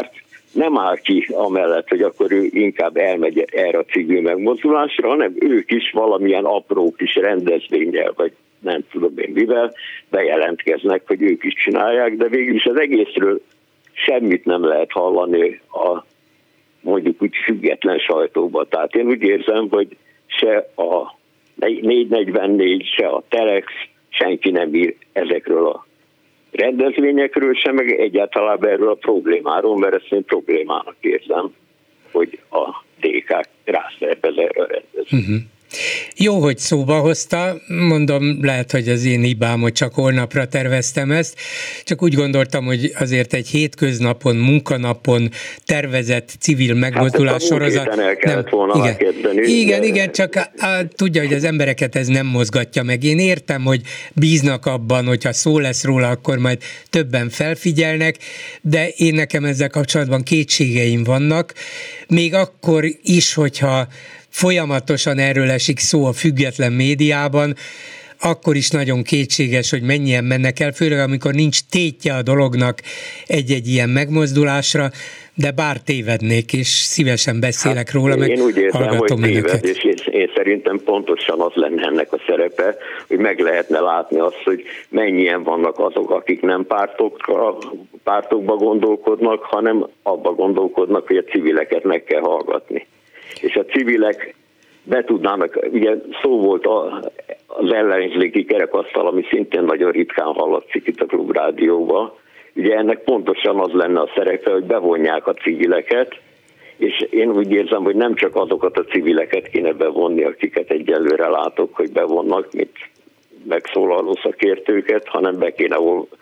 nem áll ki amellett, hogy akkor ő inkább elmegy erre a civil megmozdulásra, hanem ők is valamilyen apró kis rendezvényel, vagy nem tudom én mivel bejelentkeznek, hogy ők is csinálják, de végül is az egészről semmit nem lehet hallani a mondjuk úgy független sajtóban. Tehát én úgy érzem, hogy se a négy negyvennégy, se a Telex, senki nem ír ezekről a rendezvényekről sem, meg egyáltalán erről a problémáról, mert ezt én problémának érzem, hogy a dé ká rászervez erre a rendezvényt. Uh-huh. Jó, hogy szóba hozta, mondom, lehet, hogy az én hibám, hogy csak holnapra terveztem ezt, csak úgy gondoltam, hogy azért egy hétköznapon, munkanapon tervezett civil megmozdulás hát sorozat. El kellett nem, volna igen, kezdeni, igen, de... igen, csak á, tudja, hogy az embereket ez nem mozgatja meg. Én értem, hogy bíznak abban, hogyha szó lesz róla, akkor majd többen felfigyelnek, de én nekem ezzel kapcsolatban kétségeim vannak, még akkor is, hogyha folyamatosan erről esik szó a független médiában, akkor is nagyon kétséges, hogy mennyien mennek el, főleg amikor nincs tétje a dolognak egy-egy ilyen megmozdulásra, de bár tévednék, és szívesen beszélek hát, róla, meg én úgy érzem, hallgatom hogy téved, önöket. És én, én szerintem pontosan az lenne ennek a szerepe, hogy meg lehetne látni azt, hogy mennyien vannak azok, akik nem pártokra, pártokba gondolkodnak, hanem abba gondolkodnak, hogy a civileket meg kell hallgatni. És a civilek be tudnának, ugye szó volt az ellenzéki kerekasztal, ami szintén nagyon ritkán hallatszik itt a Klubrádióban. Ugye ennek pontosan az lenne a szerepe, hogy bevonják a civileket, és én úgy érzem, hogy nem csak azokat a civileket kéne bevonni, akiket egyelőre látok, hogy bevonnak, mint megszólaló szakértőket, hanem be kéne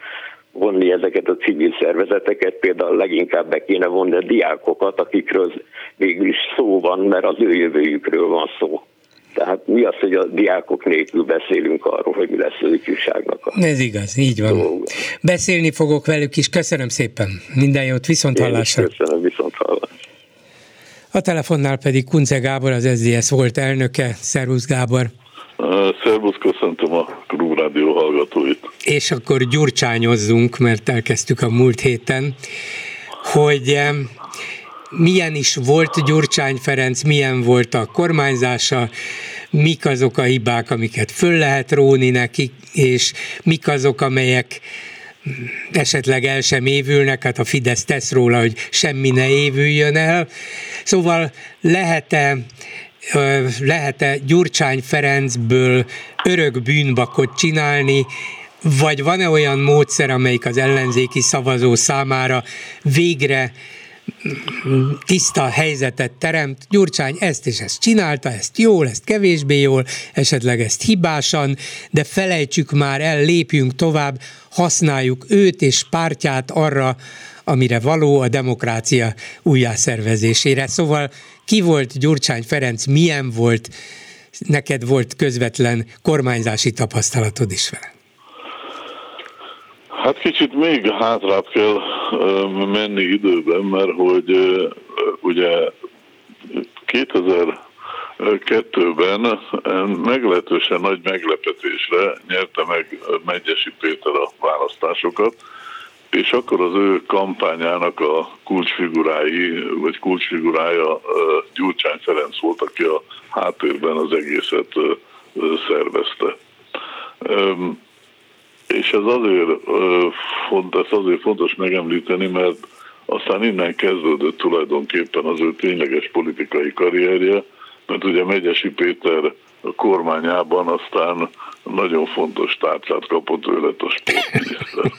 vonni ezeket a civil szervezeteket, például leginkább be kéne vonni a diákokat, akikről végül is szó van, mert az ő jövőjükről van szó. Tehát mi az, hogy a diákok nélkül beszélünk arról, hogy mi lesz az ifjúságnak a... Ez igaz, így van. Dolga. Beszélni fogok velük is, köszönöm szépen. Minden jót, viszonthallásra. Köszönöm, viszonthallásra. A telefonnál pedig Kunce Gábor, az es zé es volt elnöke. Szervusz Gábor. Szervusz, köszöntöm a Klubrádió hallgatóit. És akkor gyurcsányozzunk, mert elkezdtük a múlt héten, hogy milyen is volt Gyurcsány Ferenc, milyen volt a kormányzása, mik azok a hibák, amiket föl lehet róni neki, és mik azok, amelyek esetleg el sem évülnek, hát a Fidesz tesz róla, hogy semmi ne évüljön el. Szóval lehet-e lehet-e Gyurcsány Ferencből örök bűnbakot csinálni, vagy van-e olyan módszer, amelyik az ellenzéki szavazó számára végre tiszta helyzetet teremt? Gyurcsány ezt és ezt csinálta, ezt jól, ezt kevésbé jól, esetleg ezt hibásan, de felejtsük már el, lépjünk tovább, használjuk őt és pártját arra, amire való, a demokrácia újjászervezésére. Szóval ki volt Gyurcsány Ferenc, milyen volt, neked volt közvetlen kormányzási tapasztalatod is vele? Hát kicsit még hátrább kell uh, menni időben, mert hogy uh, ugye kétezer-kettőben uh, meglehetősen nagy meglepetésre nyerte meg Megyesi Péter a választásokat, és akkor az ő kampányának a kulcsfigurái, vagy kulcsfigurája uh, Gyurcsány Ferenc volt, aki a háttérben az egészet uh, szervezte. Um, és ez azért, uh, font, ez azért fontos megemlíteni, mert aztán innen kezdődött tulajdonképpen az ő tényleges politikai karrierje, mert ugye Megyesi Péter a kormányában aztán nagyon fontos tárcát kapott, ő lett a sportminiszter.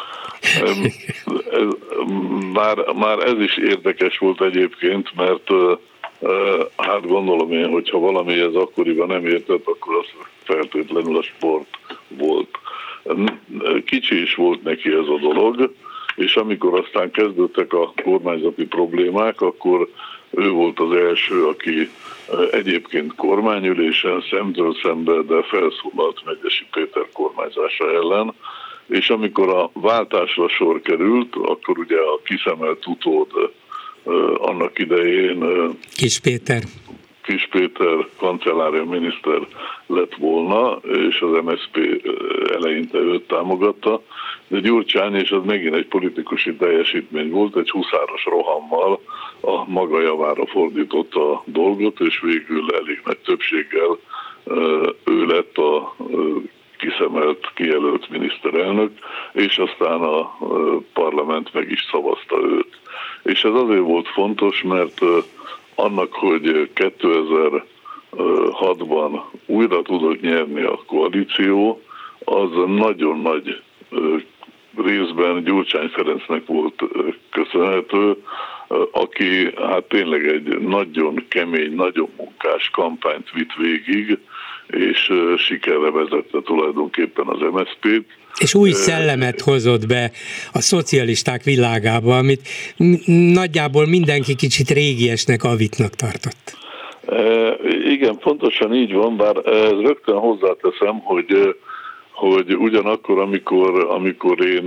Ez, már, már ez is érdekes volt egyébként, mert hát gondolom én, hogyha valami ez akkoriban nem értett, akkor az feltétlenül a sport volt. Kicsi is volt neki ez a dolog, és amikor aztán kezdődtek a kormányzati problémák, akkor ő volt az első, aki egyébként kormányülésen szemtől szembe, de felszólalt Megyesi Péter kormányzása ellen, és amikor a váltásra sor került, akkor ugye a kiszemelt utód annak idején Kis Péter. Kis Péter kancellária miniszter lett volna, és az em es zé pé eleinte őt támogatta, de Gyurcsány, és az megint egy politikusi teljesítmény volt, egy huszáros rohammal a maga javára fordította a dolgot, és végül elég nagy többséggel ő lett a kiszemelt, kijelölt miniszterelnök, és aztán a parlament meg is szavazta őt. És ez azért volt fontos, mert annak, hogy kétezer-hatban újra tudott nyerni a koalíció, az nagyon nagy részben Gyurcsány Ferencnek volt köszönhető, aki hát tényleg egy nagyon kemény, nagyon munkás kampányt vitt végig, és sikerre vezette tulajdonképpen az em es zé pét. És új szellemet hozott be a szocialisták világába, amit nagyjából mindenki kicsit régiesnek, avitnak tartott. E, igen, pontosan így van, bár rögtön hozzáteszem, hogy hogy ugyanakkor, amikor, amikor én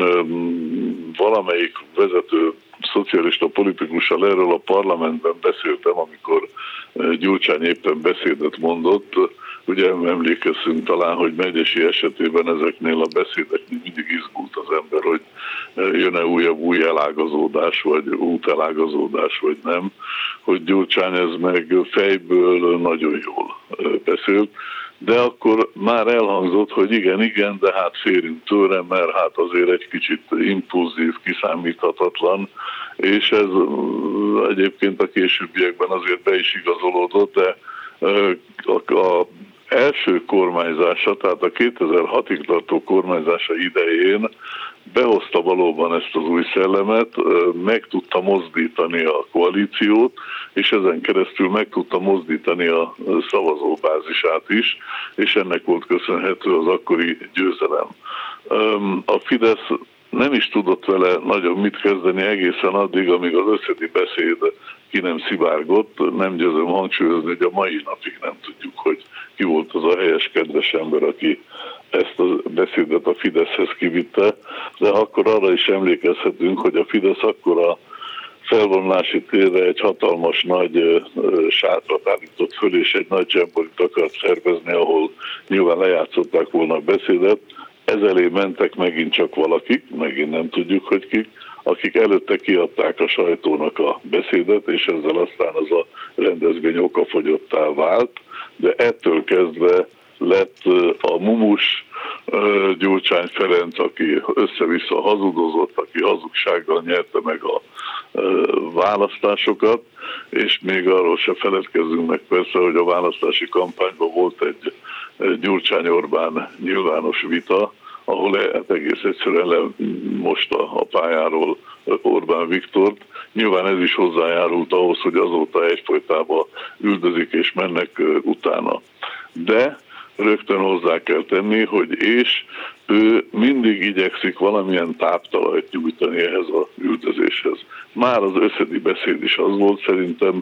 valamelyik vezető szocialista politikussal erről a parlamentben beszéltem, amikor Gyurcsány éppen beszédet mondott, ugye emlékezzünk talán, hogy Megyesi esetében ezeknél a beszédeknél mindig izgult az ember, hogy jön-e újabb új elágazódás, vagy útelágazódás, vagy nem, hogy Gyurcsány ez meg fejből nagyon jól beszélt. De akkor már elhangzott, hogy igen, igen, de hát férjünk tőle, mert hát azért egy kicsit impulzív, kiszámíthatatlan, és ez egyébként a későbbiekben azért be is igazolódott, de a, a első kormányzása, tehát a kétezer-hatig tartó kormányzása idején behozta valóban ezt az új szellemet, meg tudta mozdítani a koalíciót, és ezen keresztül meg tudta mozdítani a szavazóbázisát is, és ennek volt köszönhető az akkori győzelem. A Fidesz nem is tudott vele nagyon mit kezdeni egészen addig, amíg az összedi beszéd ki nem szivárgott. Nem győzöm hangsúlyozni, hogy a mai napig nem tudjuk, hogy ki volt az a helyes, kedves ember, aki ezt a beszédet a Fideszhez kivitte, de akkor arra is emlékezhetünk, hogy a Fidesz akkor a felvonulási térre egy hatalmas nagy sátrat állított föl, és egy nagy zsemborit akart szervezni, ahol nyilván lejátszották volna a beszédet. Ez elé mentek megint csak valakik, megint nem tudjuk, hogy kik, akik előtte kiadták a sajtónak a beszédet, és ezzel aztán az a rendezvény okafogyottá vált, de ettől kezdve lett a mumus Gyurcsány Ferenc, aki össze-vissza hazudozott, aki hazugsággal nyerte meg a választásokat, és még arról se feledkezzünk meg persze, hogy a választási kampányban volt egy Gyurcsány-Orbán nyilvános vita, ahol hát egész egyszerűen lemosta a pályáról Orbán Viktort. Nyilván ez is hozzájárult ahhoz, hogy azóta egyfolytában üldözik és mennek utána. De rögtön hozzá kell tenni, hogy és ő mindig igyekszik valamilyen táptalajt nyújtani ehhez az üldözéshez. Már az összedi beszéd is az volt, szerintem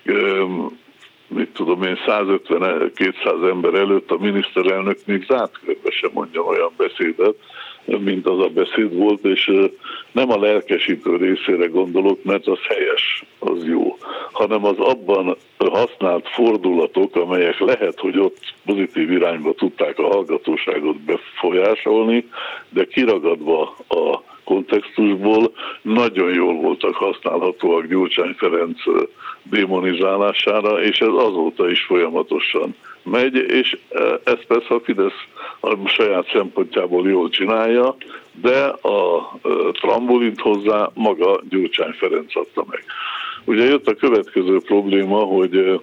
mit tudom én, százötven-kétszáz ember előtt a miniszterelnök még zárt körbe sem mondja olyan beszédet, mint az a beszéd volt, és nem a lelkesítő részére gondolok, mert az helyes, az jó, hanem az abban használt fordulatok, amelyek lehet, hogy ott pozitív irányba tudták a hallgatóságot befolyásolni, de kiragadva a kontextusból nagyon jól voltak használhatóak Gyurcsány Ferenc démonizálására, és ez azóta is folyamatosan megy, és ezt persze a Fidesz a saját szempontjából jól csinálja, de a trambolint hozzá maga Gyurcsány Ferenc adta meg. Ugye jött a következő probléma, hogy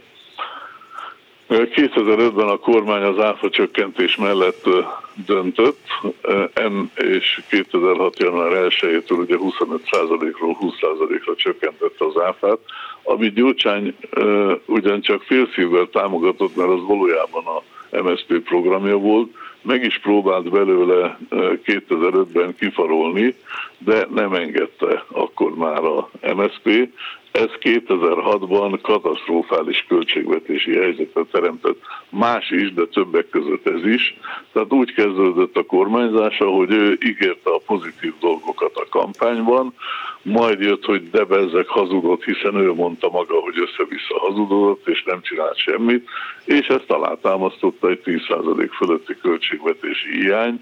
kétezer-ötben a kormány az áfa csökkentés mellett döntött, és kétezer-hat január elsejétől ugye huszonöt százalékról húsz százalékra csökkentette az áfát, amit Gyurcsány ugyancsak félszívvel támogatott, mert az valójában a em es zé pé programja volt, meg is próbált belőle kétezer-ötben kifarolni, de nem engedte akkor már a em es zé pé. Ez kétezer-hatban katasztrofális költségvetési helyzetet teremtett, más is, de többek között ez is. Tehát úgy kezdődött a kormányzása, hogy ő ígérte a pozitív dolgokat a kampányban, majd jött, hogy de bezzeg hazudott, hiszen ő mondta maga, hogy össze-vissza hazudott, és nem csinált semmit, és ezt alátámasztotta egy tíz százalék fölötti költségvetési hiány,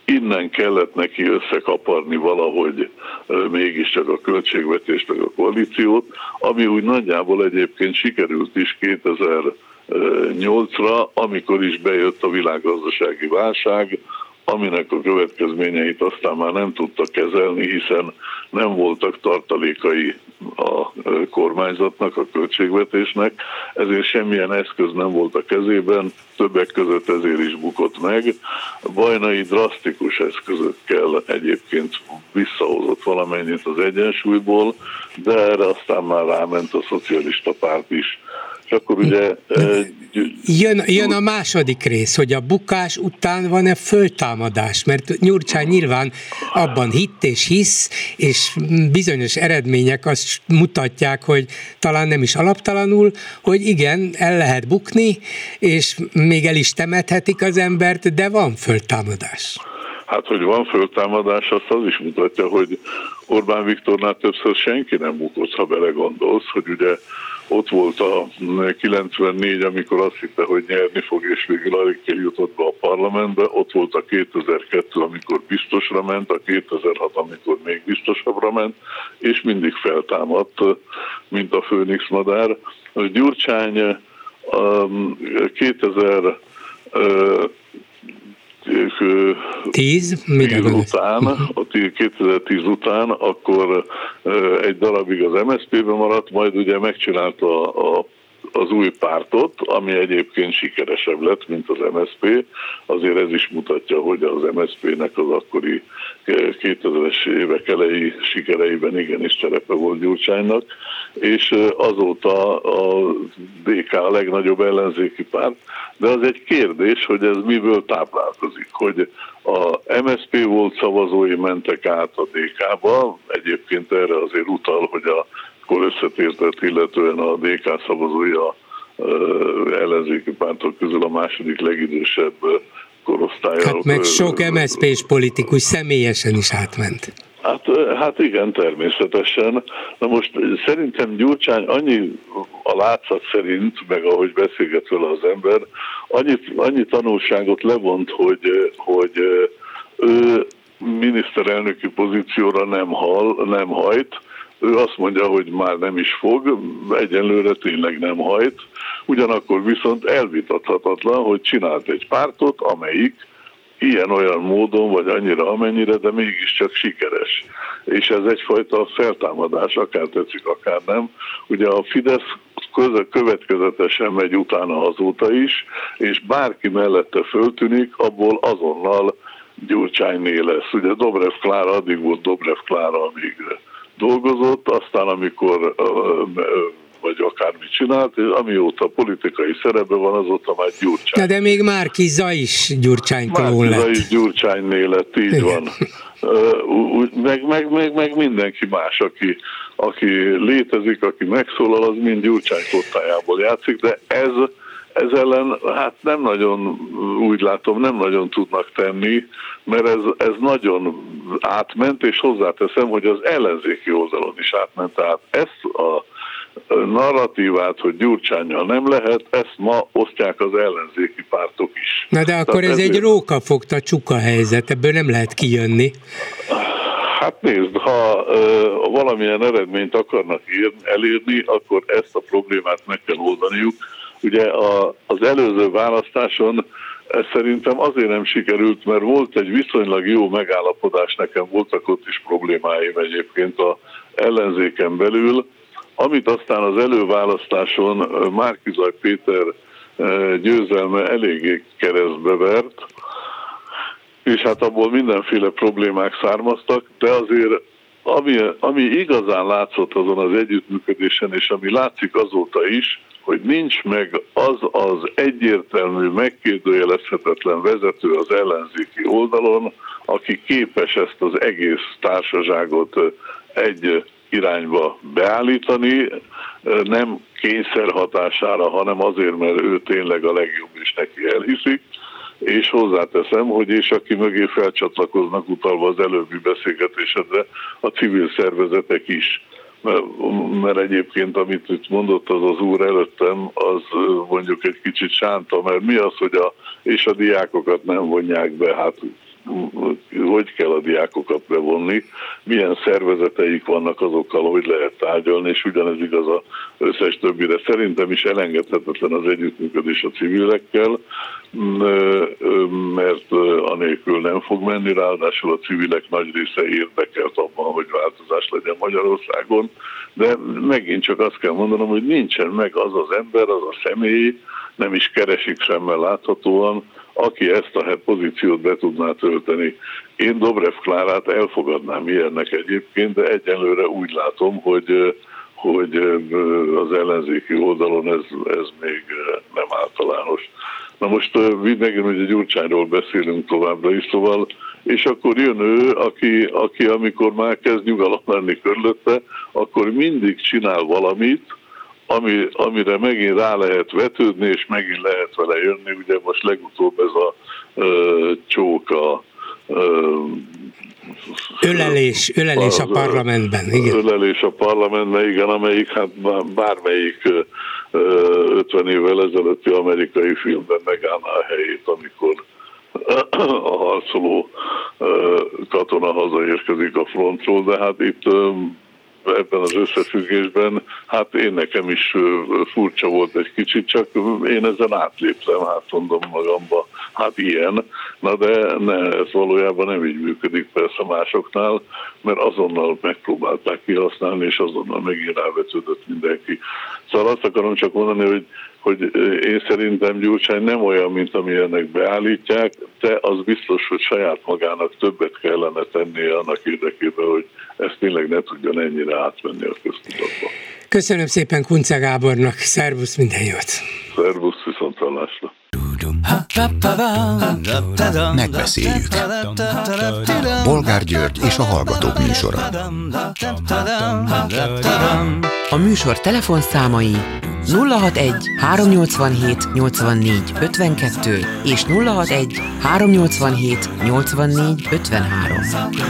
innen kellett neki összekaparni valahogy mégiscsak a költségvetést, meg a koalíciót, ami úgy nagyjából egyébként sikerült is kétezer-nyolcra, amikor is bejött a világgazdasági válság, aminek a következményeit aztán már nem tudta kezelni, hiszen nem voltak tartalékai a kormányzatnak, a költségvetésnek, ezért semmilyen eszköz nem volt a kezében, többek között ezért is bukott meg. Bajnai drasztikus eszközökkel egyébként visszahozott valamennyit az egyensúlyból, de erre aztán már ráment a szocialista párt is. És akkor ugye... Jön, jön a második rész, hogy a bukás után van-e föltámadás, mert Gyurcsány nyilván abban hitt és hisz, és bizonyos eredmények azt mutatják, hogy talán nem is alaptalanul, hogy igen, el lehet bukni, és még el is temethetik az embert, de van föltámadás. Hát, hogy van föltámadás, azt az is mutatja, hogy Orbán Viktornál többször senki nem bukott, ha belegondolsz, hogy ugye ott volt a kilencvennégy, amikor azt hitte, hogy nyerni fog, és végül alig jutott be a parlamentbe. Ott volt a kétezer-kettő, amikor biztosra ment, a kétezer-hat, amikor még biztosabbra ment, és mindig feltámadt, mint a főnix madár. A Gyurcsány kétezer tíz után, a kétezer-tíz után, akkor egy darabig az em es zé pé-ben maradt, majd ugye megcsinálta a, az új pártot, ami egyébként sikeresebb lett, mint az em es zé pé. Azért ez is mutatja, hogy az em es zé pé-nek az akkori kétezres évek elejé sikereiben igenis szerepe volt Gyurcsánynak, és azóta a dé ká a legnagyobb ellenzéki párt, de az egy kérdés, hogy ez miből táplálkozik, hogy a em es zé pé volt szavazói mentek át a dé ká-ba, egyébként erre azért utal, hogy a akkor összetértett illetően a dé ká szavazói a ellenzéki pártok közül a második legidősebb korosztálya. Hát meg sok em es zé pés politikus személyesen is átment. Hát, hát igen, természetesen. Na most szerintem Gyurcsány annyi a látszat szerint, meg ahogy beszélget vele az ember, annyi, annyi tanulságot levont, hogy, hogy ő miniszterelnöki pozícióra nem, hal, nem hajt. Ő azt mondja, hogy már nem is fog, egyenlőre tényleg nem hajt. Ugyanakkor viszont elvitathatatlan, hogy csinált egy pártot, amelyik ilyen-olyan módon, vagy annyira amennyire, de mégiscsak sikeres. És ez egyfajta feltámadás, akár tetszik, akár nem. Ugye a Fidesz következetesen megy utána azóta is, és bárki mellette föltűnik, abból azonnal Gyurcsányné lesz. Ugye Dobrev Klára, addig volt Dobrev Klára, amíg dolgozott, aztán amikor vagy akármit csinált, és amióta politikai szerepben van, azóta már Gyurcsány. Na de még Márki-Zay is Gyurcsány klón lett. Márki-Zay is Gyurcsányné lett, így igen. Van. Meg, meg, meg, meg mindenki más, aki, aki létezik, aki megszólal, az mind Gyurcsány kottájából játszik, de ez, ez ellen hát nem nagyon, úgy látom, nem nagyon tudnak tenni, mert ez, ez nagyon átment, és hozzáteszem, hogy az ellenzéki oldalon is átment. Tehát ezt a narratívát, hogy Gyurcsánnyal nem lehet, ezt ma osztják az ellenzéki pártok is. Na de akkor tehát ez ezért... egy rókafogta csuka helyzet, ebből nem lehet kijönni. Hát nézd, ha uh, valamilyen eredményt akarnak ér, elérni, akkor ezt a problémát meg kell oldaniuk. Ugye a, az előző választáson ez szerintem azért nem sikerült, mert volt egy viszonylag jó megállapodás, nekem voltak ott is problémáim egyébként az ellenzéken belül, amit aztán az előválasztáson Márki-Zay Péter győzelme eléggé keresztbe vert, és hát abból mindenféle problémák származtak, de azért ami, ami igazán látszott azon az együttműködésen, és ami látszik azóta is, hogy nincs meg az az egyértelmű, megkérdőjelezhetetlen vezető az ellenzéki oldalon, aki képes ezt az egész társaságot egy irányba beállítani, nem kényszer hatására, hanem azért, mert ő tényleg a legjobb és neki elhiszik, és hozzáteszem, hogy és aki mögé felcsatlakoznak, utalva az előbbi beszélgetésedre, a civil szervezetek is. Mert, mert egyébként, amit itt mondott az az úr előttem, az mondjuk egy kicsit sánta, mert mi az, hogy a, és a diákokat nem vonják be, hát hogy kell a diákokat bevonni, milyen szervezeteik vannak, azokkal hogy lehet tárgyalni, és ugyanez igaz az összes többire. Szerintem is elengedhetetlen az együttműködés a civilekkel, mert anélkül nem fog menni, ráadásul a civilek nagy része érdekelt abban, hogy változás legyen Magyarországon, de megint csak azt kell mondanom, hogy nincsen meg az az ember, az a személy, nem is keresik szemmel láthatóan, aki ezt a pozíciót be tudná tölteni. Én Dobrev Klárát elfogadnám ilyennek egyébként, de egyelőre úgy látom, hogy, hogy az ellenzéki oldalon ez, ez még nem általános. Na most megint ugye Gyurcsányról beszélünk továbbra is, szóval, és akkor jön ő, aki, aki amikor már kezd nyugalom lenni körülötte, akkor mindig csinál valamit, Ami, amire megint rá lehet vetődni, és megint lehet vele jönni. Ugye most legutóbb ez a ö, csóka... Ö, ölelés, ölelés a parlamentben, igen. Ölelés a parlamentben, igen, amelyik hát bármelyik ötven évvel ezelőtti amerikai filmben megállná a helyét, amikor a harcoló katona hazaérkezik a frontról, de hát itt ebben az összefüggésben, hát én nekem is furcsa volt egy kicsit, csak én ezen átléptem, hát mondom magamba, hát ilyen, na de ne, ez valójában nem így működik persze másoknál, mert azonnal megpróbálták kihasználni, és azonnal megint rávetődött mindenki. Szóval azt akarom csak mondani, hogy hogy én szerintem Gyurcsány nem olyan, mint amilyennek beállítják, de az biztos, hogy saját magának többet kellene tennie annak érdekében, hogy ezt tényleg ne tudjon ennyire átvenni a köztudatba. Köszönöm szépen Kunce Gábornak, szervusz, minden jót! Szervusz, viszontlátásra! Megbeszéljük. Bolgár György és a Hallgatók műsora. A műsor telefonszámai nulla hatvanegy háromnyolcvanhét nyolcvannégy ötvenkettő és nulla hatvanegy háromnyolcvanhét nyolcvannégy ötvenhárom.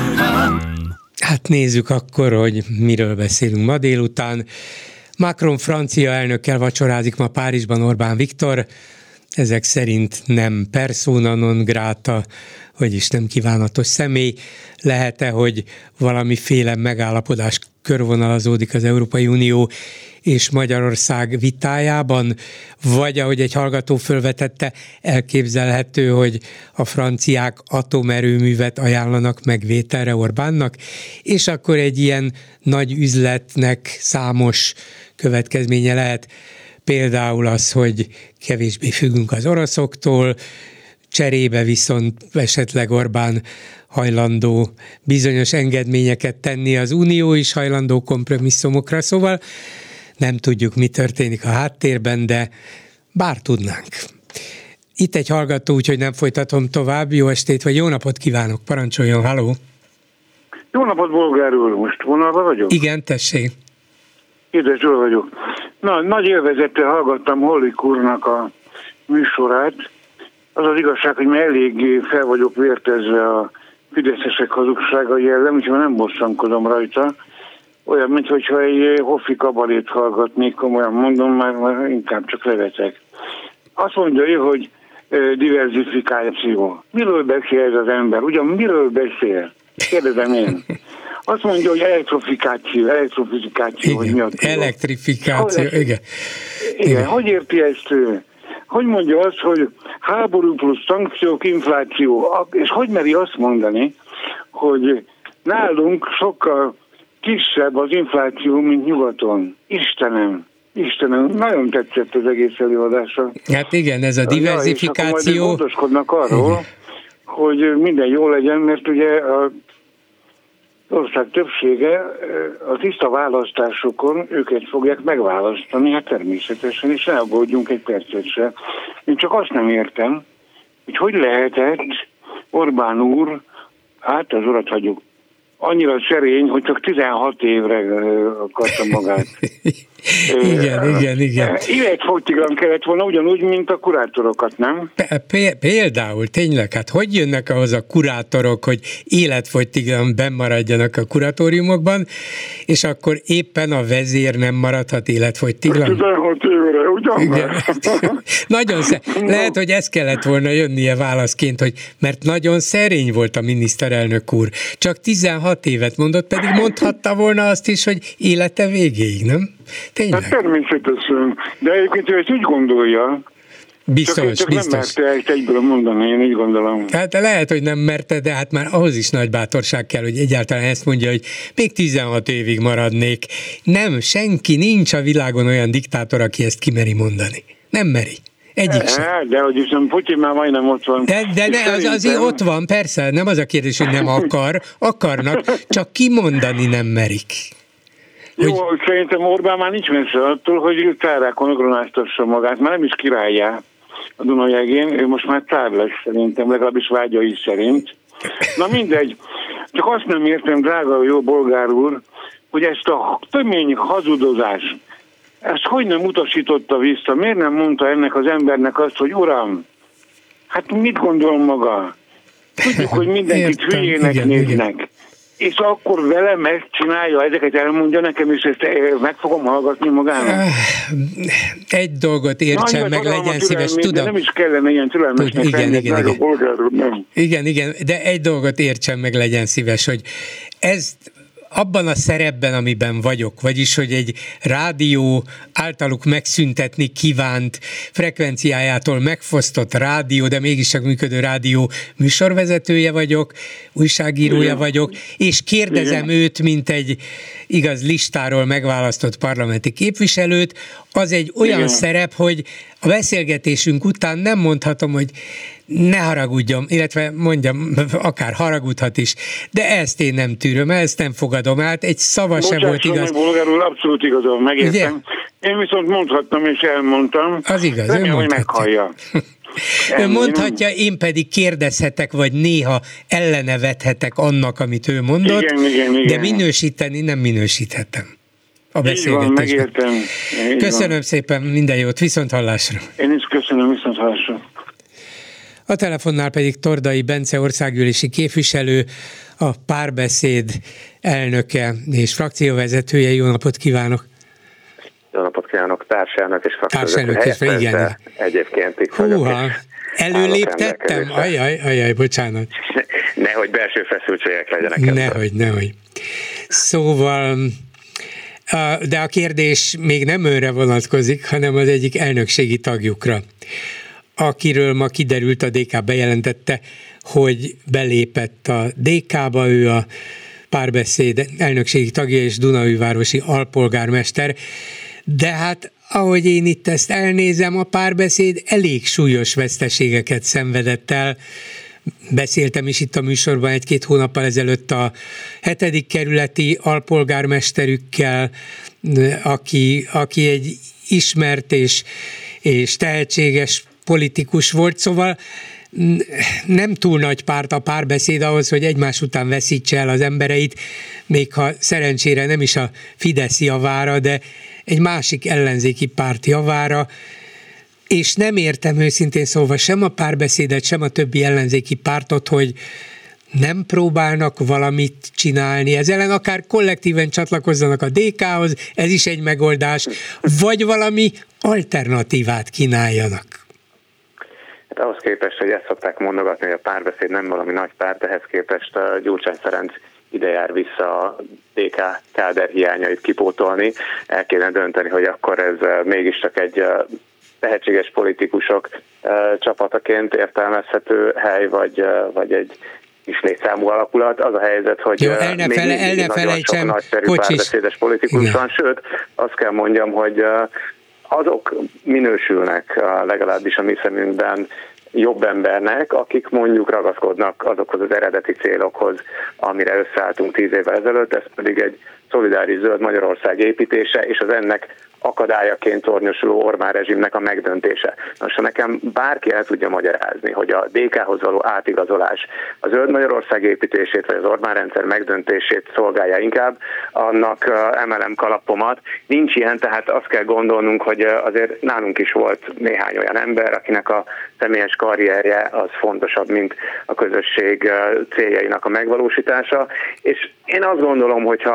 Hát nézzük akkor, hogy miről beszélünk ma délután. Macron francia elnökkel vacsorázik ma Párizsban Orbán Viktor, ezek szerint nem persona non grata, vagyis nem kívánatos személy. Lehet-e, hogy valamiféle megállapodás körvonalazódik az Európai Unió és Magyarország vitájában, vagy ahogy egy hallgató fölvetette, elképzelhető, hogy a franciák atomerőművet ajánlanak megvételre Orbánnak, és akkor egy ilyen nagy üzletnek számos következménye lehet. Például az, hogy kevésbé függünk az oroszoktól, cserébe viszont esetleg Orbán hajlandó bizonyos engedményeket tenni, az Unió is hajlandó kompromisszumokra, szóval nem tudjuk, mi történik a háttérben, de bár tudnánk. Itt egy hallgató, úgyhogy nem folytatom tovább. Jó estét, vagy jó napot kívánok, parancsoljon, halló! Jó napot, Bolgár úr, most vonalban vagyok? Igen, tessék. Édes Zsolt vagyok. Na, nagy élvezettel hallgattam Hollik úrnak a műsorát. Az az igazság, hogy már eléggé fel vagyok vértezve a fideszesek hazugságai ellen, úgyhogy nem bosszankodom rajta. Olyan, mintha egy Hoffi kabarét hallgatnék, komolyan mondom, már, már inkább csak levetek. Azt mondja ő, hogy diversifikáció. Miről beszél ez az ember? Ugyan miről beszél? Kérdezem én. Azt mondja, hogy elektrifikáció, elektrifikáció, hogy mi a tudom. Elektrifikáció, igen. igen. Igen, hogy érti ezt ő? Hogy mondja azt, hogy háború plusz szankciók, infláció, és hogy meri azt mondani, hogy nálunk sokkal kisebb az infláció, mint nyugaton. Istenem, Istenem, nagyon tetszett az egész előadása. Hát igen, ez a diversifikáció. Ja, majd gondoskodnak arról, igen, hogy minden jó legyen, mert ugye a ország többsége a tiszta választásokon őket fogják megválasztani, hát természetesen, és ne aggódjunk egy percet se. Én csak azt nem értem, hogy hogy lehetett Orbán úr, hát az urat hagyjuk, annyira szerény, hogy csak tizenhat évre akarta magát. igen, igen, igen. Életfogytiglan kellett volna, ugyanúgy, mint a kurátorokat, nem? Például, tényleg, hát hogy jönnek ahhoz a kurátorok, hogy életfogytiglan bennmaradjanak a kuratóriumokban, és akkor éppen a vezér nem maradhat életfogytiglan? tizenhat évre, ugye? Igen. Nagyon szer... Lehet, hogy ez kellett volna jönnie válaszként, hogy mert nagyon szerény volt a miniszterelnök úr. Csak tizenhat évet mondott, pedig mondhatta volna azt is, hogy élete végéig, nem? Tényleg? Hát természetesen. De egyébként ő ezt úgy gondolja, Biztos, csak, csak biztos. nem merte ezt egyből mondani, én így gondolom. Hát lehet, hogy nem merte, de hát már ahhoz is nagy bátorság kell, hogy egyáltalán ezt mondja, hogy még tizenhat évig maradnék. Nem, senki, nincs a világon olyan diktátor, aki ezt kimeri mondani. Nem meri. Egyik sem. De hogy is nem, Putyin már majdnem ott van. De, de ne, az, azért ott van, persze, nem az a kérdés, hogy nem akar, akarnak, csak kimondani nem merik. Jó, hogy... szerintem Orbán már nincs messze attól, hogy cárákon agronáztassa magát, már nem is királyá a Dunajegén, ő most már cár lesz szerintem, legalábbis vágyai szerint. Na mindegy, csak azt nem értem, drága jó bolgár úr, hogy ezt a tömény hazudozás, ezt hogy nem utasította vissza, miért nem mondta ennek az embernek azt, hogy uram, hát mit gondol maga? Tudjuk, hogy mindenkit Értem, hülyének igen, néznek. Igen. És akkor velem ezt csinálja, ezeket elmondja nekem, és ezt meg fogom hallgatni magának. Egy dolgot értsen meg, legyen szíves, tudom. Nem is kellene ilyen türelmesnek igen, lenni, igen, igen. Polgárról, nem. Igen, igen, de egy dolgot értsen meg, legyen szíves, hogy ez abban a szerepben, amiben vagyok, vagyis, hogy egy rádió általuk megszüntetni kívánt, frekvenciájától megfosztott rádió, de mégis csak működő rádió műsorvezetője vagyok, újságírója Igen. vagyok, és kérdezem Igen. őt, mint egy igaz listáról megválasztott parlamenti képviselőt, az egy olyan Igen. szerep, hogy a beszélgetésünk után nem mondhatom, hogy ne haragudjon, illetve mondjam, akár haragudhat is, de ezt én nem tűröm, ezt nem fogadom át, egy szava sem volt igaz. Bocsásson meg, bolgárul, abszolút igazol, megértem. Ugye? Én viszont mondhattam és elmondtam. Az igaz, remélem, hogy meghallja. Ő mondhatja, én pedig kérdezhetek, vagy néha ellenevethetek annak, amit ő mondott, igen, igen, igen. de minősíteni nem minősíthetem a beszélgetésben. Így van, megértem. Így köszönöm van. szépen, minden jót, viszont hallásra. Én is köszönöm, viszont hallásra. A telefonnál pedig Tordai Bence országgyűlési képviselő, a Párbeszéd elnöke és frakcióvezetője. Jó napot kívánok! Jó napot kívánok, társelnök és frakcióvezető igen. Egyébként itt Húha, előléptettem? Ajaj, ajaj, bocsánat. Nehogy belső feszültségek legyenek. Nehogy, nehogy. Szóval, de a kérdés még nem önre vonatkozik, hanem az egyik elnökségi tagjukra, akiről ma kiderült, a dé ká bejelentette, hogy belépett a dé ká-ba, ő a Párbeszéd elnökségi tagja és dunaújvárosi alpolgármester, de hát ahogy én itt ezt elnézem, a Párbeszéd elég súlyos veszteségeket szenvedett el. Beszéltem is itt a műsorban egy-két hónappal ezelőtt a hetedik kerületi alpolgármesterükkel, aki, aki egy ismert és, és tehetséges politikus volt, szóval nem túl nagy párt a Párbeszéd ahhoz, hogy egymás után veszítse el az embereit, még ha szerencsére nem is a Fidesz javára, de egy másik ellenzéki párt javára, és nem értem őszintén szólva sem a Párbeszédet, sem a többi ellenzéki pártot, hogy nem próbálnak valamit csinálni. Ez ellen akár kollektíven csatlakozzanak a dé ká-hoz, ez is egy megoldás, vagy valami alternatívát kínáljanak. Hát ahhoz képest, hogy ezt szokták mondogatni, hogy a Párbeszéd nem valami nagy párt, ehhez képest a Gyurcsány Ferenc ide jár vissza a dé ká káder hiányait kipótolni. El kéne dönteni, hogy akkor ez mégiscsak egy tehetséges politikusok csapataként értelmezhető hely, vagy, vagy egy kis létszámú alakulat. Az a helyzet, hogy Jó, el ne még fele, el ne nagyon felejtsem, sok nagyszerű párbeszédes politikus van, sőt, azt kell mondjam, hogy azok minősülnek legalábbis a mi szemünkben jobb embernek, akik mondjuk ragaszkodnak azokhoz az eredeti célokhoz, amire összeálltunk tíz évvel ezelőtt, ez pedig egy szolidáris zöld Magyarország építése, és az ennek akadályaként tornyosuló Orbán rezsimnek a megdöntése. Most ha nekem bárki el tudja magyarázni, hogy a dé ká-hoz való átigazolás a zöld Magyarország építését, vagy az Orbán rendszer megdöntését szolgálja inkább, annak emelem kalappomat. Nincs ilyen, tehát azt kell gondolnunk, hogy azért nálunk is volt néhány olyan ember, akinek a személyes karrierje az fontosabb, mint a közösség céljainak a megvalósítása, és én azt gondolom, hogy ha, ha valaki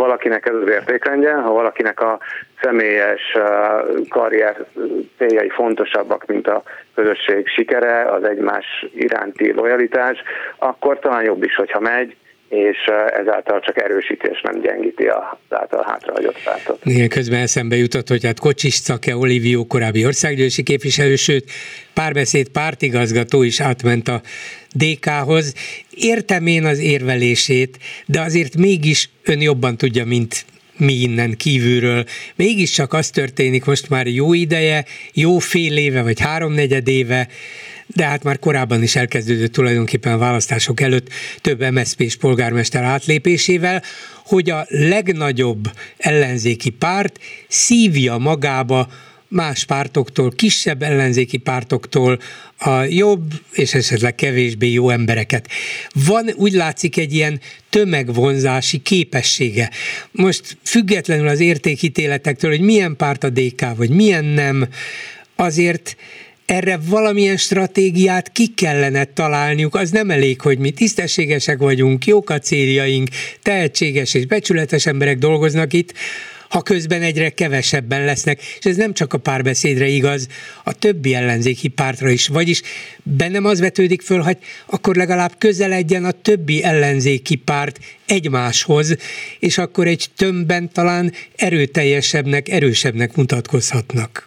valakinek ez az értékrendje, ha valakinek a személyes karrier céljai fontosabbak, mint a közösség sikere, az egymás iránti lojalitás, akkor talán jobb is, hogyha megy, és ezáltal csak erősíti és nem gyengíti az által hátrahagyott pártot. Igen, közben eszembe jutott, hogy hát Kocsis Czake Olivió korábbi országgyűlési képviselő, sőt Párbeszéd pártigazgató is átment a dé ká-hoz. Értem én az érvelését, de azért mégis ön jobban tudja, mint mi innen kívülről. Mégiscsak az történik most már jó ideje, jó fél éve vagy háromnegyed éve, de hát már korábban is elkezdődött tulajdonképpen a választások előtt több em es zé pés polgármester átlépésével, hogy a legnagyobb ellenzéki párt szívja magába más pártoktól, kisebb ellenzéki pártoktól a jobb és esetleg kevésbé jó embereket. Van, úgy látszik, egy ilyen tömegvonzási képessége. Most függetlenül az értékítéletektől, hogy milyen párt a dé ká, vagy milyen nem, azért erre valamilyen stratégiát ki kellene találniuk, az nem elég, hogy mi tisztességesek vagyunk, jók a céljaink, tehetséges és becsületes emberek dolgoznak itt, ha közben egyre kevesebben lesznek, és ez nem csak a Párbeszédre igaz, a többi ellenzéki pártra is, vagyis bennem az vetődik föl, hogy akkor legalább közeledjen a többi ellenzéki párt egymáshoz, és akkor egy tömbben talán erőteljesebbnek, erősebbnek mutatkozhatnak.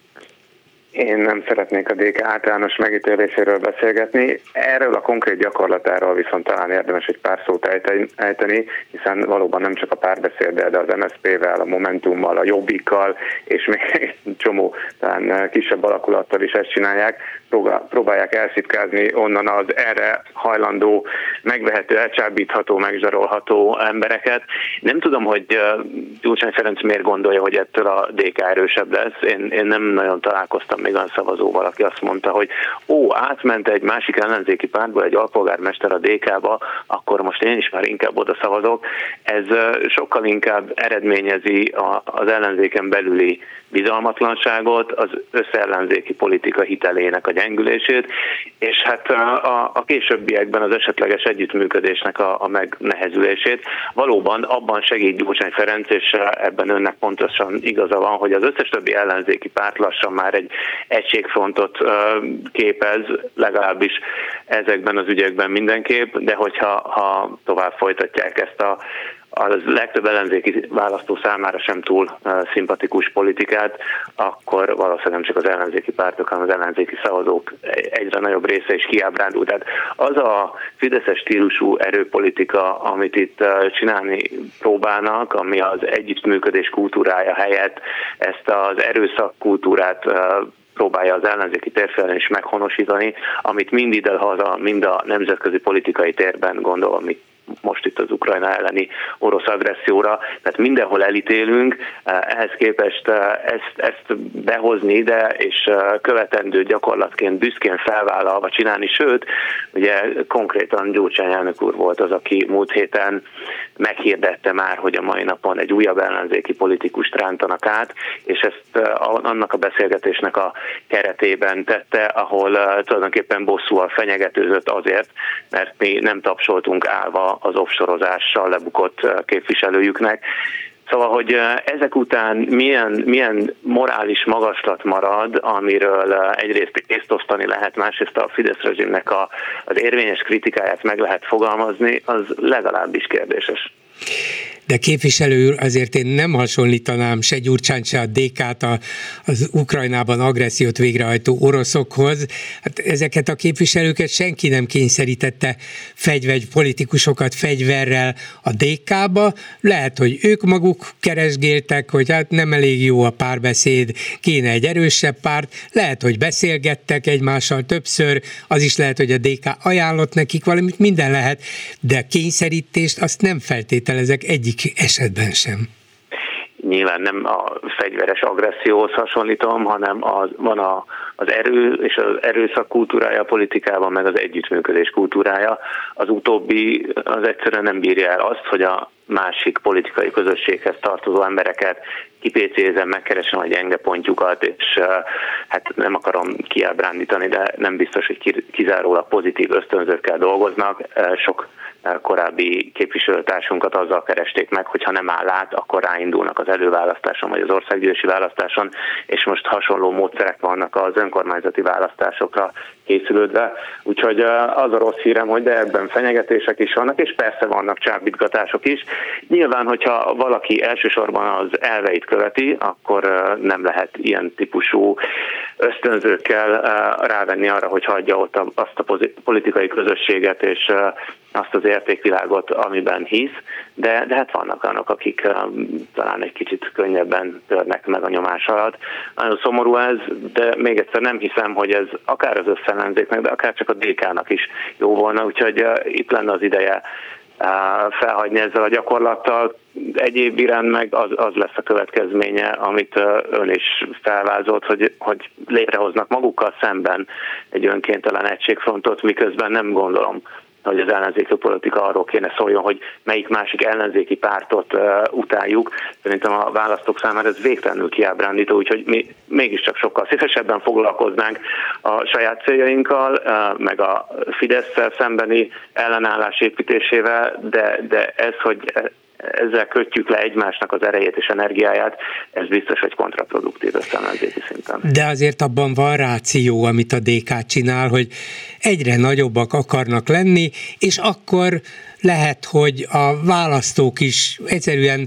Én nem szeretnék a dé ká általános megítéléséről beszélgetni, erről a konkrét gyakorlatáról viszont talán érdemes egy pár szót ejteni, hiszen valóban nem csak a Párbeszéddel, de az em es zé pével, a Momentummal, a Jobbikkal, és még egy csomó talán kisebb alakulattal is ezt csinálják, próbálják elszipkázni onnan az erre hajlandó, megvehető, elcsábítható, megzsarolható embereket. Nem tudom, hogy Gyurcsány Ferenc miért gondolja, hogy ettől a dé ká erősebb lesz. Én, én nem nagyon találkoztam még olyan szavazóval, aki azt mondta, hogy ó, átment egy másik ellenzéki pártból egy alpolgármester a dé ká-ba, akkor most én is már inkább oda szavazok. Ez sokkal inkább eredményezi az ellenzéken belüli bizalmatlanságot, az összellenzéki politika hitelének a gyengülését, és hát a, a későbbiekben az esetleges együttműködésnek a, a megnehezülését. Valóban abban segít Gyurcsány Ferenc, és ebben önnek pontosan igaza van, hogy az összes többi ellenzéki párt lassan már egy egységfrontot képez, legalábbis ezekben az ügyekben mindenképp, de hogyha ha tovább folytatják ezt a az legtöbb ellenzéki választó számára sem túl uh, szimpatikus politikát, akkor valószínűleg nem csak az ellenzéki pártok, hanem az ellenzéki szavazók egyre nagyobb része is kiábrándul. Tehát az a fideszes stílusú erőpolitika, amit itt uh, csinálni próbálnak, ami az együttműködés kultúrája helyett ezt az erőszak kultúrát uh, próbálja az ellenzéki térfélen is meghonosítani, amit mind idehaza, mind a nemzetközi politikai térben gondol, amit most itt az Ukrajna elleni orosz agresszióra, tehát mindenhol elítélünk, ehhez képest ezt, ezt behozni ide, és követendő gyakorlatként büszkén felvállalva csinálni, sőt, ugye konkrétan Gyurcsány elnök úr volt az, aki múlt héten meghirdette már, hogy a mai napon egy újabb ellenzéki politikust rántanak át, és ezt annak a beszélgetésnek a keretében tette, ahol tulajdonképpen bosszúval fenyegetőzött azért, mert mi nem tapsoltunk állva az offshore-ozással lebukott képviselőjüknek. Szóval, hogy ezek után milyen, milyen morális magaslat marad, amiről egyrészt észt osztani lehet, másrészt a Fidesz rezsimnek a, az érvényes kritikáját meg lehet fogalmazni, az legalábbis kérdéses. De képviselő úr, azért én nem hasonlítanám se Gyurcsányt, se a dé ká-t az Ukrajnában agressziót végrehajtó oroszokhoz. Hát ezeket a képviselőket senki nem kényszerítette fegyver, politikusokat fegyverrel a dé ká-ba. Lehet, hogy ők maguk keresgéltek, hogy hát nem elég jó a párbeszéd, kéne egy erősebb párt. Lehet, hogy beszélgettek egymással többször, az is lehet, hogy a dé ká ajánlott nekik valamit, minden lehet, de kényszerítést azt nem feltételezek egyik esetben sem. Nyilván nem a fegyveres agresszióhoz hasonlítom, hanem az, van a, az erő és az erőszak kultúrája a politikában, meg az együttműködés kultúrája. Az utóbbi az egyszerűen nem bírja el azt, hogy a másik politikai közösséghez tartozó embereket kipécézem, megkeresem a gyenge pontjukat, és hát nem akarom kiábrándítani, de nem biztos, hogy kizárólag pozitív ösztönzőkkel dolgoznak. Sok korábbi képviselőtársunkat azzal keresték meg, hogy ha nem áll át, akkor ráindulnak az előválasztáson vagy az országgyűlési választáson, és most hasonló módszerek vannak az önkormányzati választásokra készülődve. Úgyhogy az a rossz hírem, hogy de ebben fenyegetések is vannak, és persze vannak csábítgatások is. Nyilván, hogyha valaki elsősorban az elveit követi, akkor nem lehet ilyen típusú ösztönzőkkel rávenni arra, hogy hagyja ott azt a politikai közösséget és azt az értékvilágot, amiben hisz, de, de hát vannak olyanok, akik um, talán egy kicsit könnyebben törnek meg a nyomás alatt. Nagyon szomorú ez, de még egyszer nem hiszem, hogy ez akár az összellenzéknek, de akár csak a dé ká-nak is jó volna, úgyhogy uh, itt lenne az ideje uh, felhagyni ezzel a gyakorlattal. Egyéb iránt meg az, az lesz a következménye, amit uh, ön is felvázolt, hogy, hogy létrehoznak magukkal szemben egy önkéntelen egységfrontot, miközben nem gondolom, hogy az ellenzéki politika arról kéne szóljon, hogy melyik másik ellenzéki pártot uh, utáljuk. Szerintem a választók számára ez végtelenül kiábrándító, úgyhogy mi mégiscsak sokkal szívesebben foglalkoznánk a saját céljainkkal, uh, meg a Fidesz-szel szembeni ellenállás építésével, de, de ez, hogy ezzel kötjük le egymásnak az erejét és energiáját, ez biztos, hogy kontraproduktív ellenzéki szinten. De azért abban van ráció, amit a dé ká csinál, hogy egyre nagyobbak akarnak lenni, és akkor lehet, hogy a választók is egyszerűen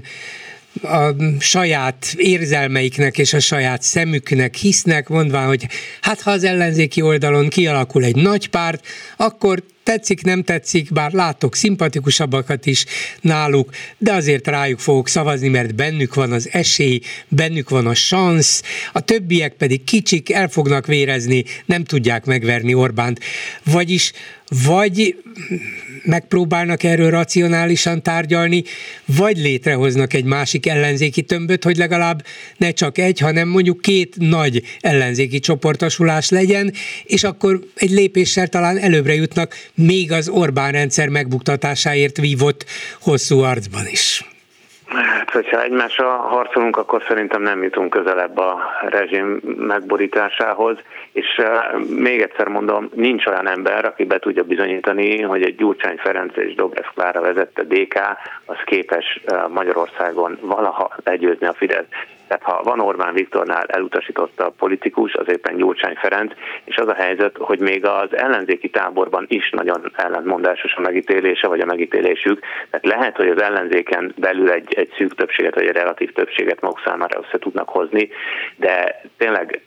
a saját érzelmeiknek és a saját szemüknek hisznek, mondván, hogy hát ha az ellenzéki oldalon kialakul egy nagy párt, akkor tetszik, nem tetszik, bár látok szimpatikusabbakat is náluk, de azért rájuk fogok szavazni, mert bennük van az esély, bennük van a szansz, a többiek pedig kicsik, el fognak vérezni, nem tudják megverni Orbánt. Vagyis vagy megpróbálnak erről racionálisan tárgyalni, vagy létrehoznak egy másik ellenzéki tömböt, hogy legalább ne csak egy, hanem mondjuk két nagy ellenzéki csoportosulás legyen, és akkor egy lépéssel talán előbbre jutnak, még az Orbán rendszer megbuktatásáért vívott hosszú harcban is. Hát, hogyha egymásra harcolunk, akkor szerintem nem jutunk közelebb a rezsim megborításához, és uh, még egyszer mondom, nincs olyan ember, aki be tudja bizonyítani, hogy egy Gyurcsány Ferenc és Dobrev Klára vezette dé ká, az képes uh, Magyarországon valaha legyőzni a Fidesz. Tehát ha van Orbán Viktornál elutasította a politikus, az éppen Gyurcsány Ferenc, és az a helyzet, hogy még az ellenzéki táborban is nagyon ellentmondásos a megítélése, vagy a megítélésük. Tehát lehet, hogy az ellenzéken belül egy, egy szűk többséget, vagy egy relatív többséget maguk számára össze tudnak hozni, de tényleg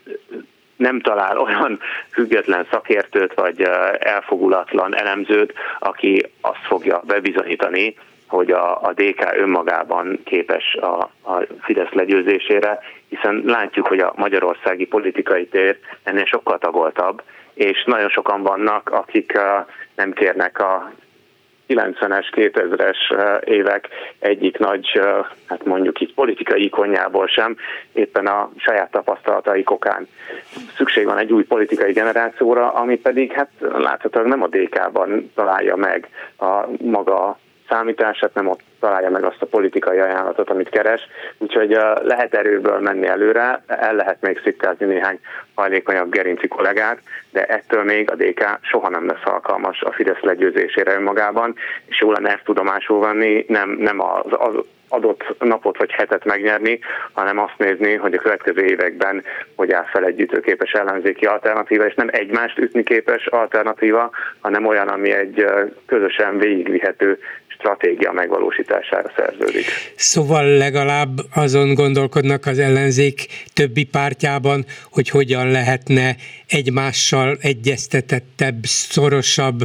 nem talál olyan független szakértőt, vagy elfogulatlan elemzőt, aki azt fogja bebizonyítani, hogy a, a dé ká önmagában képes a, a Fidesz legyőzésére, hiszen látjuk, hogy a magyarországi politikai tér ennél sokkal tagoltabb, és nagyon sokan vannak, akik uh, nem kérnek a kilencvenes, kétezres évek egyik nagy, uh, hát mondjuk így politikai ikonjából sem, éppen a saját tapasztalataik okán. Szükség van egy új politikai generációra, ami pedig hát láthatóan nem a dé ká-ban találja meg a maga számítását, nem ott találja meg azt a politikai ajánlatot, amit keres, úgyhogy lehet erőből menni előre, el lehet még szikkázni néhány hajlékonyabb gerinci kollégát, de ettől még a dé ká soha nem lesz alkalmas a Fidesz legyőzésére önmagában, és jó lenne ezt tudomásul venni, nem, nem az, az adott napot vagy hetet megnyerni, hanem azt nézni, hogy a következő években hogy áll fel egy ütőképes ellenzéki alternatíva, és nem egymást ütni képes alternatíva, hanem olyan, ami egy közösen végigvihető stratégia megvalósítására szerződik. Szóval legalább azon gondolkodnak az ellenzék többi pártjában, hogy hogyan lehetne egymással egyeztetettebb, szorosabb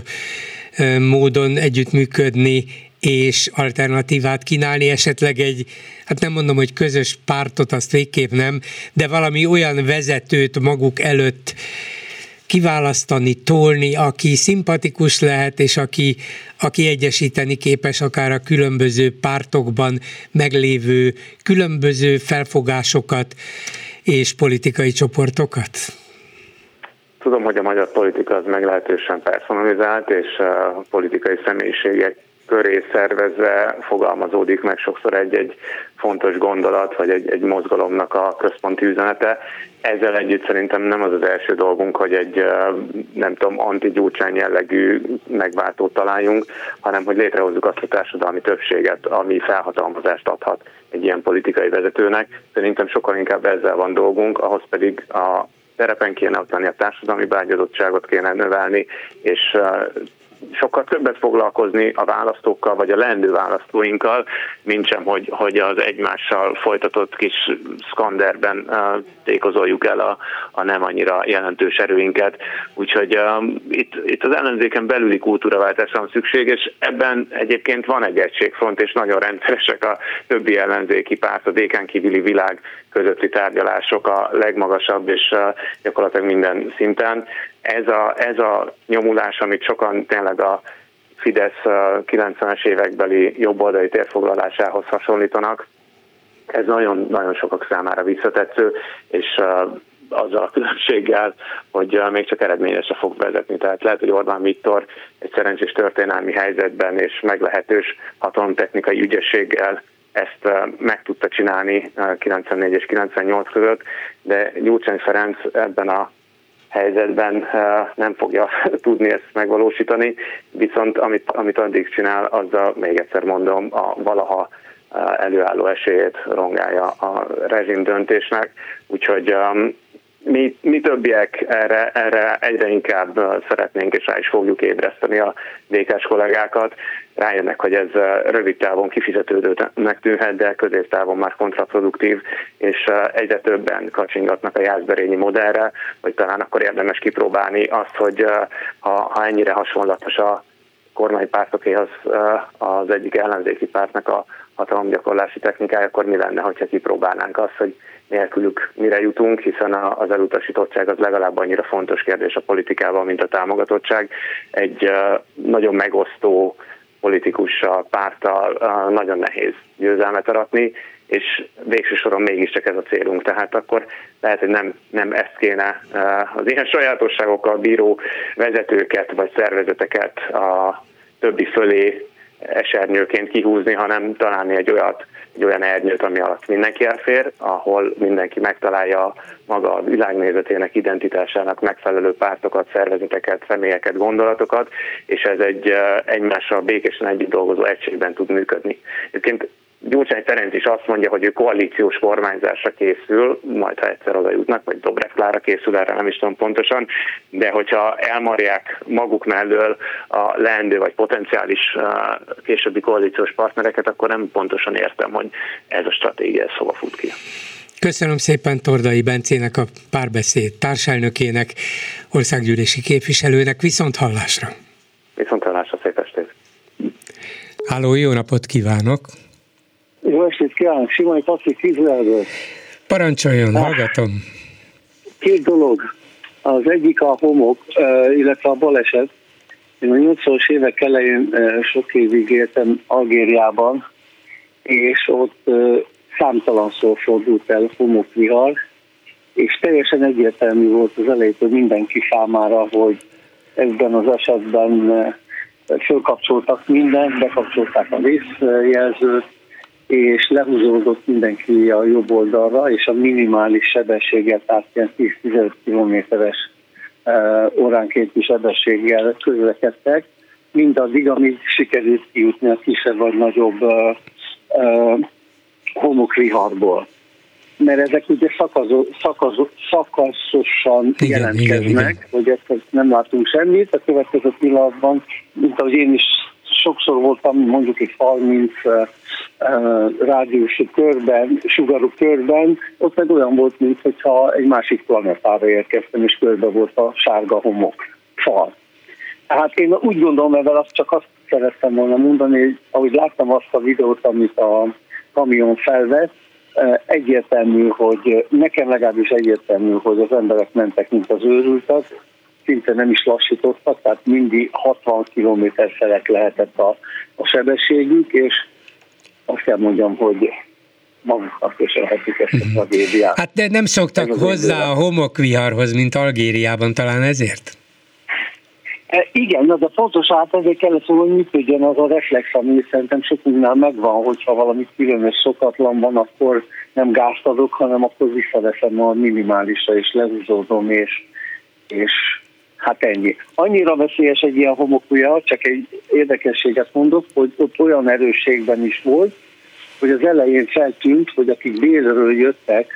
módon együttműködni, és alternatívát kínálni, esetleg egy, hát nem mondom, hogy közös pártot, azt végképp nem, de valami olyan vezetőt maguk előtt kiválasztani, tolni, aki szimpatikus lehet, és aki, aki egyesíteni képes akár a különböző pártokban meglévő különböző felfogásokat és politikai csoportokat? Tudom, hogy a magyar politika az meglehetősen personalizált, és a politikai személyiségek köré szervezve fogalmazódik meg sokszor egy-egy fontos gondolat, vagy egy, egy mozgalomnak a központi üzenete. Ezzel együtt szerintem nem az az első dolgunk, hogy egy, nem tudom, anti-Gyurcsány jellegű megváltót találjunk, hanem hogy létrehozzuk azt a társadalmi többséget, ami felhatalmazást adhat egy ilyen politikai vezetőnek. Szerintem sokkal inkább ezzel van dolgunk, ahhoz pedig a terepen kéne ott lenni, a társadalmi beágyazottságot kéne növelni, és sokkal többet foglalkozni a választókkal, vagy a leendő választóinkkal, mint sem, hogy, hogy az egymással folytatott kis szkanderben uh, tékozoljuk el a, a nem annyira jelentős erőinket. Úgyhogy uh, itt, itt az ellenzéken belüli kultúraváltásra van szükség, és ebben egyébként van egy egységfront, és nagyon rendszeresek a többi ellenzéki párt, a dé ká-n kívüli világ közötti tárgyalások a legmagasabb, és uh, gyakorlatilag minden szinten. Ez a, ez a nyomulás, amit sokan tényleg a Fidesz kilencvenes évekbeli jobboldali térfoglalásához hasonlítanak, ez nagyon, nagyon sokak számára visszatetsző, és azzal a különbséggel, hogy még csak eredményesre fog vezetni. Tehát lehet, hogy Orbán Viktor egy szerencsés történelmi helyzetben és meglehetős hatalomtechnikai ügyességgel ezt meg tudta csinálni kilencvennégy és kilencvennyolc között, de Gyurcsány Ferenc ebben a helyzetben nem fogja tudni ezt megvalósítani, viszont amit, amit addig csinál, azzal még egyszer mondom, a valaha előálló esélyét rongálja a rezsim döntésnek, úgyhogy mi, mi többiek erre, erre egyre inkább szeretnénk, és rá is fogjuk ébreszteni a dé ká-s kollégákat. Rájönnek, hogy ez rövid távon kifizetődőnek tűnhet, de középtávon már kontraproduktív, és egyre többen kacsingatnak a Jászberényi modellre, hogy talán akkor érdemes kipróbálni azt, hogy ha, ha ennyire hasonlatos a kormánypártokéhoz az egyik ellenzéki pártnak a hatalomgyakorlási technikája, akkor mi lenne, hogyha kipróbálnánk azt, hogy nélkülük mire jutunk, hiszen az elutasítottság az legalább annyira fontos kérdés a politikában, mint a támogatottság. Egy nagyon megosztó politikussal, párttal nagyon nehéz győzelmet aratni, és végső soron mégiscsak ez a célunk. Tehát akkor lehet, hogy nem, nem ezt kéne az ilyen sajátosságokkal bíró vezetőket vagy szervezeteket a többi fölé esernyőként kihúzni, hanem találni egy olyat, egy olyan ernyőt, ami alatt mindenki elfér, ahol mindenki megtalálja maga a világnézetének, identitásának megfelelő pártokat, szervezeteket, személyeket, gondolatokat, és ez egy egymással békésen együtt dolgozó egységben tud működni. Egyébként Gyurcsány Ferenc is azt mondja, hogy ő koalíciós kormányzásra készül, majd ha egyszer oda jutnak, vagy Dobrev Klára készül, erre nem is tudom pontosan, de hogyha elmarják maguk mellől a leendő vagy potenciális későbbi koalíciós partnereket, akkor nem pontosan értem, hogy ez a stratégia szóval fut ki. Köszönöm szépen Tordai Bencének, a Párbeszéd társelnökének, országgyűlési képviselőnek, viszont hallásra. Viszont hallásra, szép estét. Háló, jó napot kívánok! Jó estét kívánok, Simai Patrik Izraelből. Parancsoljon, hallgatom. Két dolog. Az egyik a homok, illetve a baleset. Én a nyolcvanas évek elején sok évig éltem Algériában, és ott számtalanszor fordult el homokvihar, és teljesen egyértelmű volt az elején, hogy mindenki számára, hogy ebben az esetben fölkapcsoltak mindent, bekapcsolták a vészjelzőt, és lehúzódott mindenki a jobb oldalra, és a minimális sebességgel, tehát ilyen tíz-tizenöt kilométeres óránkénti sebességgel közlekedtek, mindaddig, amíg sikerült kijutni a kisebb vagy nagyobb uh, uh, homokviharból. Mert ezek ugye szakazó, szakazó, szakaszosan igen, jelentkeznek, igen, igen. Hogy ezt nem látunk semmit, a következő pillanatban, mint ahogy én is sokszor voltam, mondjuk egy harminc uh, uh, rádiusú körben, sugarú körben, ott meg olyan volt, mintha egy másik planetára érkeztem, és körbe volt a sárga homok fal. Hát én úgy gondolom, ebben azt csak azt szerettem volna mondani, hogy ahogy láttam azt a videót, amit a kamion felvett, egyértelmű, hogy nekem legalábbis egyértelmű, hogy az emberek mentek, mint az őrültek, szinte nem is lassítottak, tehát mindig hatvan kilométer felett lehetett a, a sebességük, és azt kell mondjam, hogy maguknak köszönhetjük ezt a tragédiát. Hát de nem szoktak hozzá a homokviharhoz, mint Algériában, talán ezért? Igen, de pontosan hát ezért kellett volna, hogy működjön az a reflex, ami szerintem sokunknál megvan, hogyha valami különös szokatlan van, akkor nem gázt adok, hanem akkor visszaveszem a minimálisra, és lehúzódom, és, és hát ennyi. Annyira veszélyes egy ilyen homokúja, csak egy érdekességet mondok, hogy ott olyan erősségben is volt, hogy az elején feltűnt, hogy akik délről jöttek,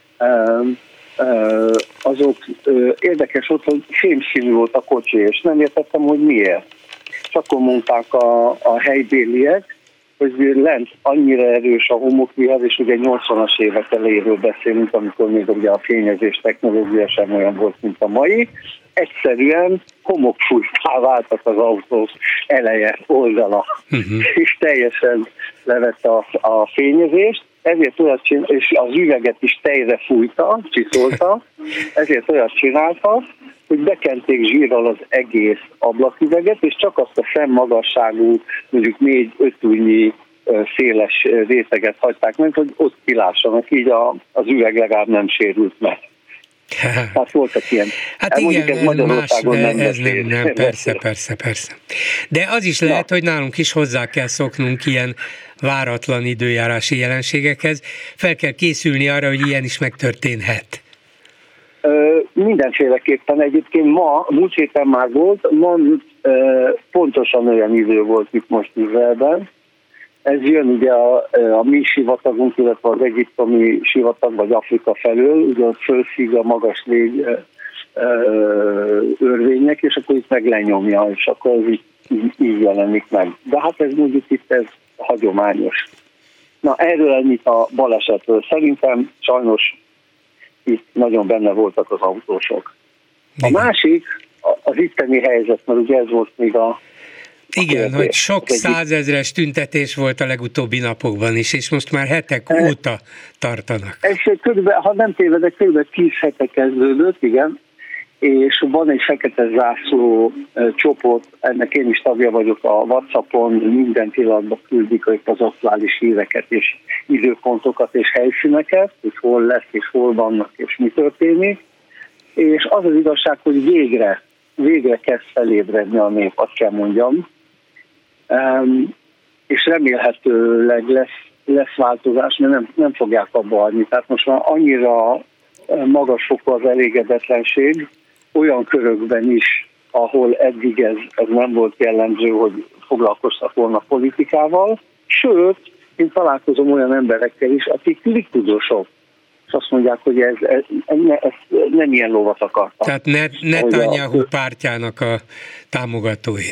azok érdekes volt, hogy fémszínű volt a kocsi, és nem értettem, hogy miért. És akkor mondták a, a helybéliek, hogy lent annyira erős a homokvihar, és ugye nyolcvanas évek elejéről beszélünk, amikor még ugye a fényezés technológia sem olyan volt, mint a mai. Egyszerűen homokfújtá váltak az autó eleje, oldala, uh-huh. és teljesen levett a, a fényezést, ezért olyat csinál, és az üveget is tejre fújta, csiszolta, ezért olyat csinálta, hogy bekenték zsírral az egész ablaküveget, és csak azt a szemmagasságú, mondjuk négy-öt ujjnyi széles réteget hagyták meg, hogy ott kilássanak, így a, az üveg legalább nem sérült meg. Hát voltak ilyen. Hát igen, ez Magyarországon más, nem, ez nem, nem, persze, persze, persze. De az is lehet, Na. hogy nálunk is hozzá kell szoknunk ilyen váratlan időjárási jelenségekhez. Fel kell készülni arra, hogy ilyen is megtörténhet. Ö, mindenféleképpen egyébként ma, múlt héten már volt, ma ö, pontosan olyan idő volt itt most Izraelben. Ez jön ugye a, a mi sivatagunk, illetve az egyiptomi sivatag, vagy Afrika felől, ugye ott fölszíg a magas lég örvények, és akkor itt meg lenyomja, és akkor ez így, így, így jelenik meg. De hát ez mondjuk itt ez hagyományos. Na erről ennyit a balesetről. Szerintem sajnos itt nagyon benne voltak az autósok. A másik az itteni helyzet, mert ugye ez volt még a Igen, a hogy sok százezres tüntetés volt a legutóbbi napokban is, és most már hetek e, óta tartanak. Ez körülbelül, ha nem tévedek, kb. tíz hete kezdődött, igen, és van egy fekete zászló e, csoport, ennek én is tagja vagyok a WhatsAppon, minden pillanatban küldik az aktuális híreket és időpontokat és helyszíneket, hogy hol lesz és hol vannak és mi történik, és az az igazság, hogy végre, végre kezd felébredni a nép, azt kell mondjam, Um, és remélhetőleg lesz, lesz változás, mert nem, nem fogják abba adni. Tehát most már annyira magas fokú az elégedetlenség, olyan körökben is, ahol eddig ez, ez nem volt jellemző, hogy foglalkoztak volna politikával. Sőt, én találkozom olyan emberekkel is, akik likudosok, és azt mondják, hogy ez, ez, ez nem ilyen lovat akartak. Tehát Netanyahu a pártjának a támogatói.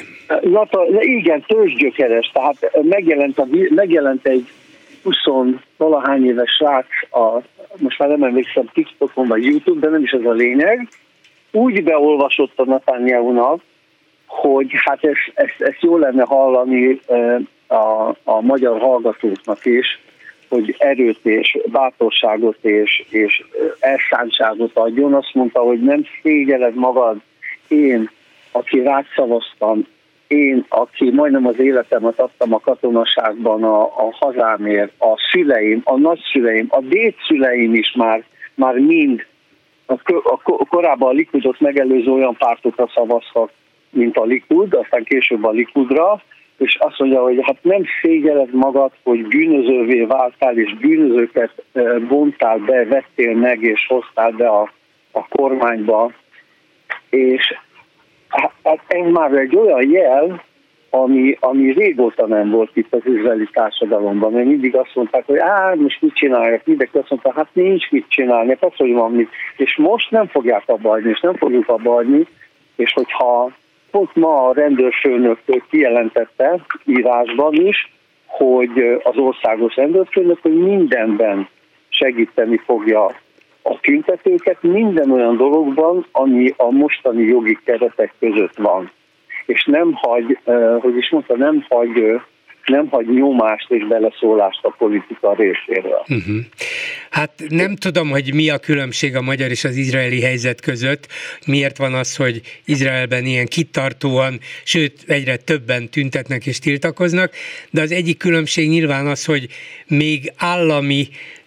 Igen, tőzsgyökeres, tehát megjelent, a, megjelent egy húsz-valahány éves srác, a, most már nem emlékszem, TikTokon vagy YouTube, de nem is ez a lényeg, úgy beolvasott a Netanyahu-nak, hogy hát ezt, ezt, ezt jó lenne hallani a, a magyar hallgatóknak is, hogy erőt és bátorságot és, és elszántságot adjon. Azt mondta, hogy nem szégyeled magad, én, aki rád szavaztam, én, aki majdnem az életemet adtam a katonaságban a, a hazámért, a szüleim, a nagyszüleim, a dédszüleim is már, már mind a, a, korábban a Likudot megelőző olyan pártokra szavaztak, mint a Likud, aztán később a Likudra, és azt mondja, hogy hát nem szégyeled magad, hogy bűnözővé váltál, és bűnözőket bontál be, vettél meg, és hoztál be a, a kormányba. És hát ez már egy olyan jel, ami, ami régóta nem volt itt az izraeli társadalomban, mert mindig azt mondták, hogy á, most mit csinálják, mindenki azt mondta, hát nincs mit csinálni, az, hogy van mit. És most nem fogják abba adni, és nem fogjuk abba adni, és hogyha pont ma a rendőrfőnök kijelentette írásban is, hogy az országos rendőrfőnök, hogy mindenben segíteni fogja a tüntetőket, minden olyan dologban, ami a mostani jogi keretek között van. És nem hagy, hogy is mondta, nem hagy, nem hagy nyomást és beleszólást a politika részéről. Uh-huh. Hát nem tudom, hogy mi a különbség a magyar és az izraeli helyzet között. Miért van az, hogy Izraelben ilyen kitartóan, sőt egyre többen tüntetnek és tiltakoznak, de az egyik különbség nyilván az, hogy még állami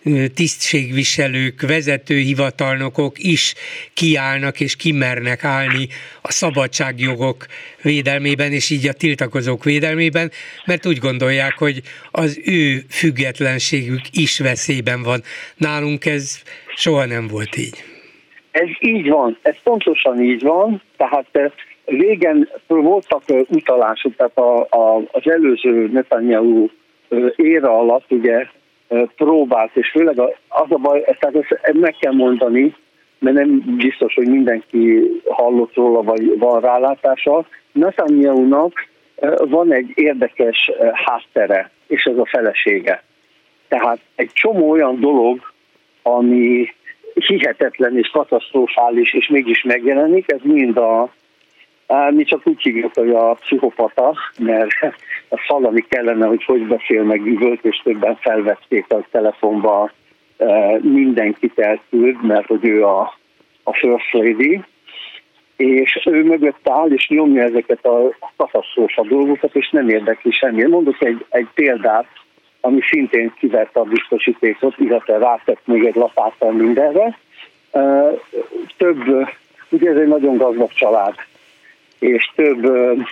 tisztségviselők, vezetőhivatalnokok is kiállnak és kimernek állni a szabadságjogok védelmében, és így a tiltakozók védelmében, mert úgy gondolják, hogy az ő függetlenségük is veszélyben van. Nálunk ez soha nem volt így. Ez így van, ez pontosan így van, tehát régen voltak utalások, tehát a, a, az előző Netanyahu éra alatt ugye próbált, és főleg az a baj, tehát ezt meg kell mondani, mert nem biztos, hogy mindenki hallott róla, vagy van rálátása. Netanyahunak van egy érdekes háttere, és ez a felesége. Tehát egy csomó olyan dolog, ami hihetetlen és katasztrofális, és mégis megjelenik, ez mind a, mi csak úgy hívjuk, hogy a pszichopata, mert azt hallani kellene, hogy hogy beszél meg üvölt, és többen felvették a telefonba, mindenkit elküld, mert hogy ő a, a First Lady, és ő mögött áll, és nyomja ezeket a katasztrófa dolgokat, és nem érdekli semmi. Mondok egy, egy példát, ami szintén kiverte a biztosítékot, illetve rátett még egy lapáttal mindenre. Több, ugye ez egy nagyon gazdag család, és több,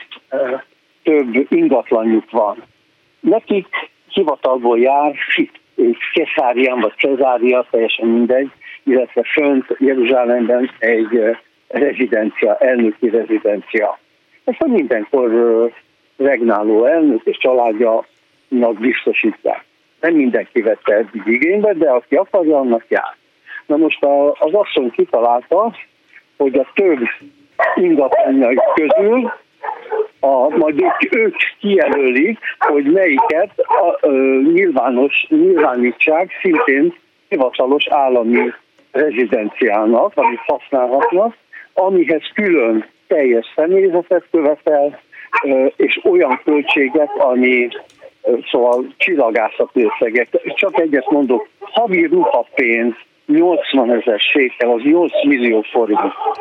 több ingatlanjuk van. Nekik hivatalból jár, Keszárián vagy Cezária, teljesen mindegy, illetve fönt Jeruzsálemben egy rezidencia, elnöki rezidencia. Ezt a mindenkor regnáló elnök és családja biztosítják. Nem mindenki vette eddig igénybe, de aki akarja, annak jár. Na most az asszony kitalálta, hogy a több ingatlanjai közül a, majd ők, ők kijelölik, hogy melyiket a, ö, nyilvános, nyilvánítsák szintén hivatalos állami rezidenciának, amit használhatnak, amihez külön teljes személyzetet követel, ö, és olyan költséget, ami szóval csillagászati összegek. Csak egyet mondok, havi ruhapénz nyolcvan ezer sékel, az nyolc millió forint,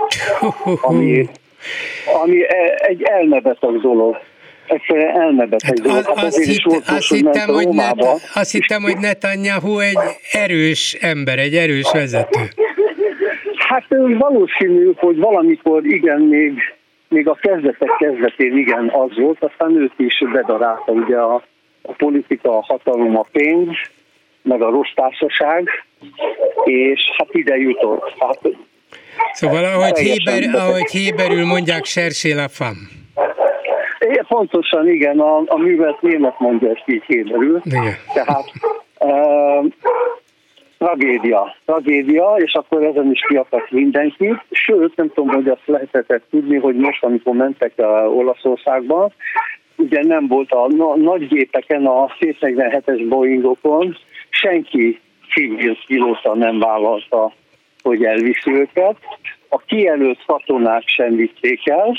ami, ami egy elmebeteg dolog. Egyszerűen elmebeteg hát dolog. Hát azt, hitt, volt, azt, hittem, hogy Net, azt hittem, hogy Netanyahu egy erős ember, egy erős vezető. Hát valószínű, hogy valamikor igen, még, még a kezdetek kezdetén igen az volt, aztán őt is bedarálta ugye a a politika, a hatalom, a pénz, meg a rossz társaság, és hát ide jutott. Hát, szóval ahogy, héber, ahogy héberül mondják, cherchez la femme. É, pontosan igen, a, a művelt német mondja ezt így héberül. Igen. Tehát uh, tragédia, tragédia, és akkor ezen is kiakadt mindenki. Sőt, nem tudom, hogy azt lehetett tudni, hogy most, amikor mentek uh, Olaszországban, ugye nem volt a na- nagy gépeken, a hétszáznegyvenhetes Boeingokon, senki civil pilóta nem vállalta, hogy elviszi őket. A kijelölt katonák sem vitték el.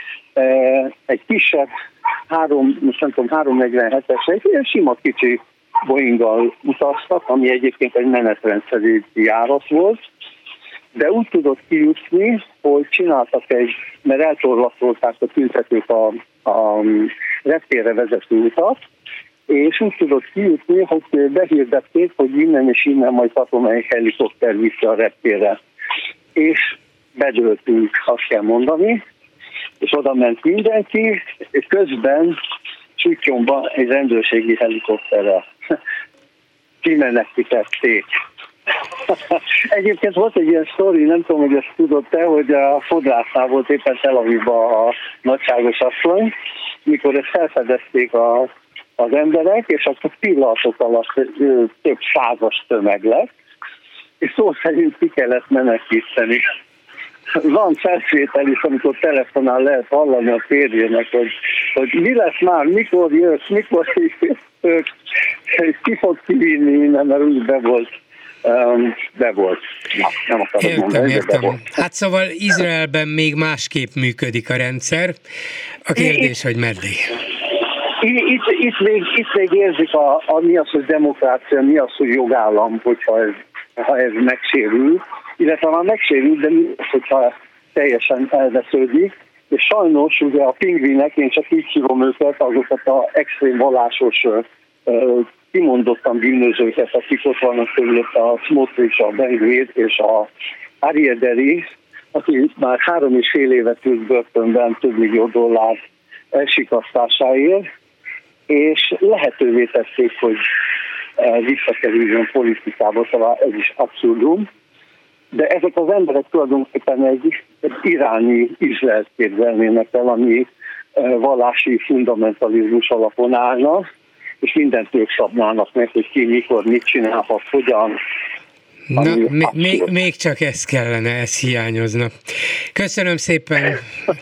Egy kisebb, három, most nem tudom, háromszáznegyvenhetes, egy ilyen sima kicsi Boeinggal utaztak, ami egyébként egy menetrendszerű járat volt, de úgy tudott kijutni, hogy csináltak egy, mert eltorlaszolták a tüntetők a, a reptérre vezető utat, és úgy tudott kijutni, hogy behirdették, hogy innen és innen majd katonai helikopter viszi a reptérre. És bedőltünk, azt kell mondani, és oda ment mindenki, és közben Csútyomban egy rendőrségi helikopterrel kimenekítették. Egyébként volt egy ilyen sztori, nem tudom, hogy ezt tudod te, hogy a fodrásznál volt éppen Tel Avivban a nagyságos asszony, mikor ezt felfedezték a, az emberek, és akkor pillanatok alatt több százas tömeg lett, és szó szerint ki kellett menekíteni. Van felvétel is, amikor telefonál lehet hallani a férjének, hogy, hogy mi lesz már, mikor jössz, mikor jössz, ki fog kivinni innen, mert úgy be volt. Um, be volt. Na, nem akarok értem, mondani, értem. de volt. Hát szóval Izraelben még másképp működik a rendszer. A kérdés, itt, hogy meddig. Itt, itt, még, itt még érzik, a, a, mi az, hogy demokrácia, mi az, hogy jogállam, hogyha ez, ha ez megsérül, illetve már megsérül, de mi az, hogyha teljesen elvesződik. És sajnos ugye a pingvinek, én csak így hívom őket, azokat az extrém vallásos kimondottan bűnözőket, akik ott vannak körülött, a Smotrich, a Ben Gvir és a Ariaderi, aki már három és fél évet ült börtönben több millió dollár elsikasztásáért, és lehetővé tették, hogy visszakerüljön politikába, szóval ez is abszurdum. De ezek az emberek tulajdonképpen egy, egy iráni Izraelt képzelnének el, ami vallási fundamentalizmus alapon állna, és mindent ők szabnának meg, hogy ki, mikor, mit csinálhat, hogyan. Na, még, még csak ez kellene, ez hiányozna. Köszönöm szépen.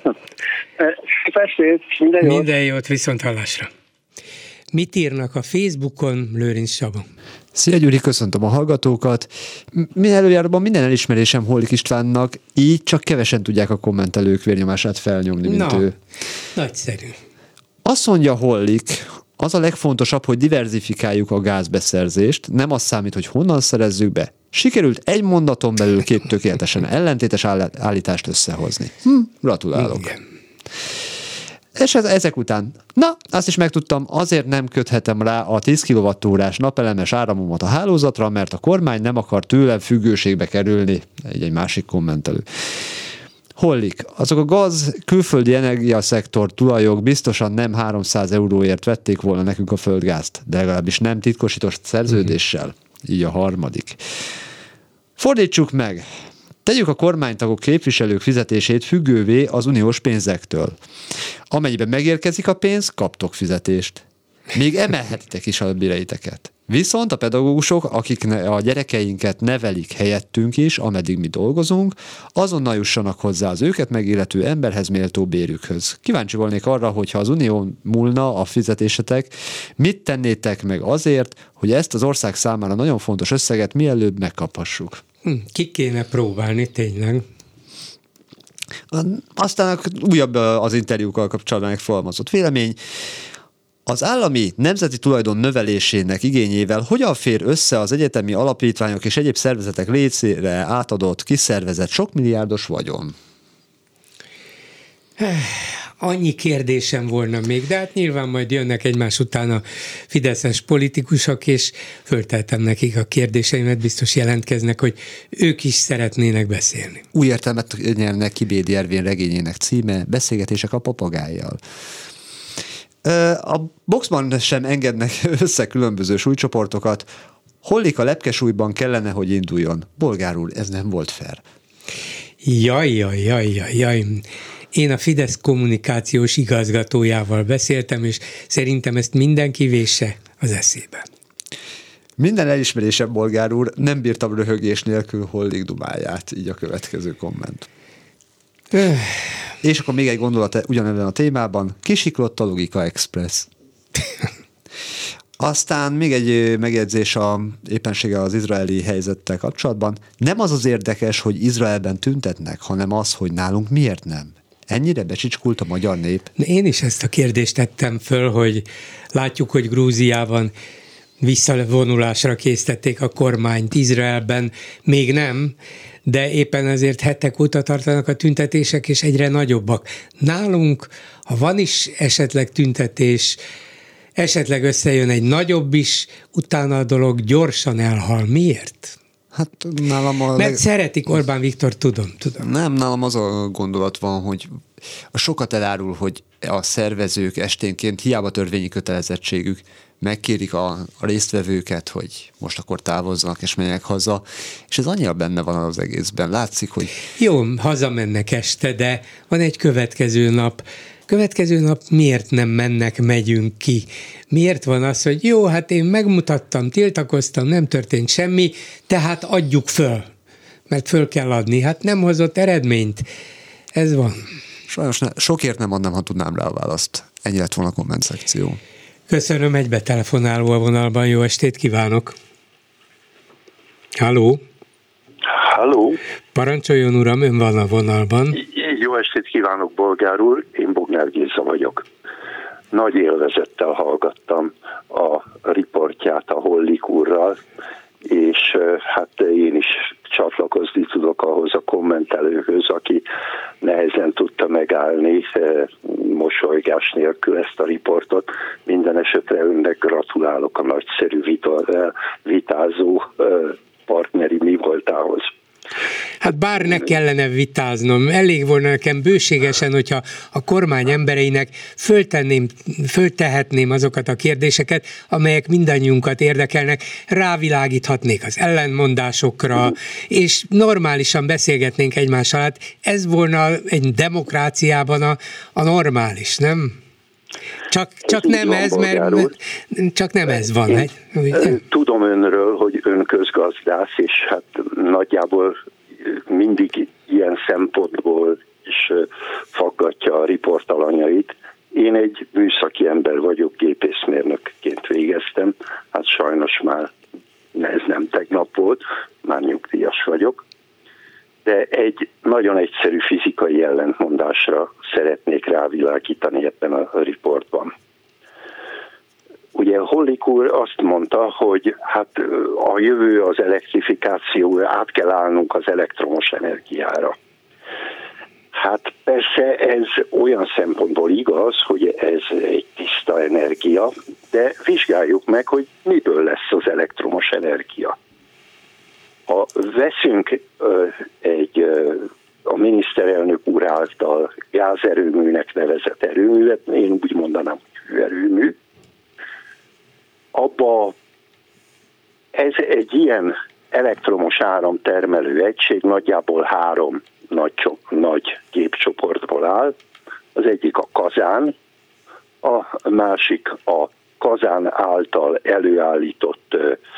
Festét, minden jót. Minden jót, viszont hallásra. Mit írnak a Facebookon, Lőrinc Csaba? Szia Gyuri, köszöntöm a hallgatókat. Minden előjáróban minden elismerésem Hollik Istvánnak, így csak kevesen tudják a kommentelők vérnyomását felnyomni, mint Na, ő. Nagyszerű. Azt mondja Hollik, az a legfontosabb, hogy diverzifikáljuk a gázbeszerzést, nem az számít, hogy honnan szerezzük be. Sikerült egy mondaton belül két tökéletesen ellentétes állítást összehozni. Hm, gratulálok. Igen. És ezek után, na, azt is megtudtam, azért nem köthetem rá a tíz kilowattórás napelemes áramomat a hálózatra, mert a kormány nem akar tőlem függőségbe kerülni. Egy, egy másik kommentelő. Hollik, azok a gaz külföldi energiaszektor tulajok biztosan nem háromszáz euróért vették volna nekünk a földgázt, de legalábbis nem titkosított szerződéssel. Így a harmadik. Fordítsuk meg! Tegyük a kormánytagok képviselők fizetését függővé az uniós pénzektől. Amennyiben megérkezik a pénz, kaptok fizetést. Még emelhetitek is a béreiteket. Viszont a pedagógusok, akik a gyerekeinket nevelik helyettünk is, ameddig mi dolgozunk, azonnal jussanak hozzá az őket megillető emberhez méltó bérükhöz. Kíváncsi volnék arra, hogyha az unió múlna a fizetésetek, mit tennétek meg azért, hogy ezt az ország számára nagyon fontos összeget mielőbb megkaphassuk. Ki kéne próbálni, tényleg. Aztán újabb az interjúkkal kapcsolatban megfogalmazott vélemény. Az állami nemzeti tulajdon növelésének igényével hogyan fér össze az egyetemi alapítványok és egyéb szervezetek létszére átadott, kiszervezett sok milliárdos vagyon? Annyi kérdésem volna még, de hát nyilván majd jönnek egymás után a fideszes politikusok, és fölteltem nekik a kérdéseimet, biztos jelentkeznek, hogy ők is szeretnének beszélni. Új értelmet nyernek Kibédi Ervin regényének címe, Beszélgetések a papagájjal. A boxban sem engednek össze különböző súlycsoportokat. Hollik a lepkesúlyban kellene, hogy induljon. Bolgár úr, ez nem volt fair. Jaj, jaj, jaj, jaj, jaj. Én a Fidesz kommunikációs igazgatójával beszéltem, és szerintem ezt mindenki vésse az eszébe. Minden elismerésem, Bolgár úr, nem bírtam röhögés nélkül Hollik dumáját, így a következő komment. Öh. És akkor még egy gondolat ugyanebben a témában, kisiklott a Logika Express. Aztán még egy megjegyzés a éppenséggel az izraeli helyzettel kapcsolatban. Nem az az érdekes, hogy Izraelben tüntetnek, hanem az, hogy nálunk miért nem. Ennyire becsicskult a magyar nép? Én is ezt a kérdést tettem föl, hogy látjuk, hogy Grúziában visszavonulásra késztették a kormányt, Izraelben még nem, de éppen ezért hetek óta tartanak a tüntetések, és egyre nagyobbak. Nálunk, ha van is esetleg tüntetés, esetleg összejön egy nagyobb is, utána a dolog gyorsan elhal. Miért? Hát nálam a Mert leg... szeretik Orbán Viktor, tudom, tudom. Nem, nálam az a gondolat van, hogy a sokat elárul, hogy a szervezők esténként hiába törvényi kötelezettségük, megkérik a, a résztvevőket, hogy most akkor távozzanak és menjenek haza, és ez annyira benne van az egészben. Látszik, hogy... Jó, hazamennek este, de van egy következő nap. Következő nap miért nem mennek, megyünk ki? Miért van az, hogy jó, hát én megmutattam, tiltakoztam, nem történt semmi, tehát adjuk föl, mert föl kell adni. Hát nem hozott eredményt. Ez van. Sajnos ne, sokért nem adnám, ha tudnám rá a választ. Ennyi lett volna a komment szekció. Köszönöm, egy betelefonáló a vonalban. Jó estét kívánok! Halló! Halló! Parancsoljon, uram, ön van a vonalban. Jó estét kívánok, Bolgár úr, én Bognár Géza vagyok. Nagy élvezettel hallgattam a riportját a Hollik úrral, és hát én is csatlakozom csatlakozni tudok ahhoz a kommentelőhöz, aki nehezen tudta megállni mosolygás nélkül ezt a riportot. Minden esetre önnek gratulálok a nagyszerű vita, vitázó partneri mi voltához. Hát bár ne kellene vitáznom, elég volna nekem bőségesen, hogyha a kormány embereinek föltenném, föltehetném azokat a kérdéseket, amelyek mindannyiunkat érdekelnek, rávilágíthatnék az ellentmondásokra, és normálisan beszélgetnénk egymással. Hát ez volna egy demokráciában a, a normális, nem? Csak, csak nem van, ez, mert úr. csak nem ez van. Én, egy, tudom önről, hogy ön közgazdász, és hát nagyjából mindig ilyen szempontból is faggatja a riportalanyait. Én egy műszaki ember vagyok, gépészmérnökként végeztem, hát sajnos már ez nem tegnap volt, már nyugdíjas vagyok, de egy nagyon egyszerű fizikai ellentmondásra szeretnék rávilágítani ebben a riportban. Ugye Hollik úr azt mondta, hogy hát a jövő az elektrifikáció, át kell állnunk az elektromos energiára. Hát persze ez olyan szempontból igaz, hogy ez egy tiszta energia, de vizsgáljuk meg, hogy miből lesz az elektromos energia. Ha veszünk egy a miniszterelnök úr által gázerőműnek nevezett erőművet, én úgy mondanám, hogy hőerőmű, abba ez egy ilyen elektromos áramtermelő egység nagyjából három nagy, nagy gépcsoportból áll. Az egyik a kazán, a másik a kazán által előállított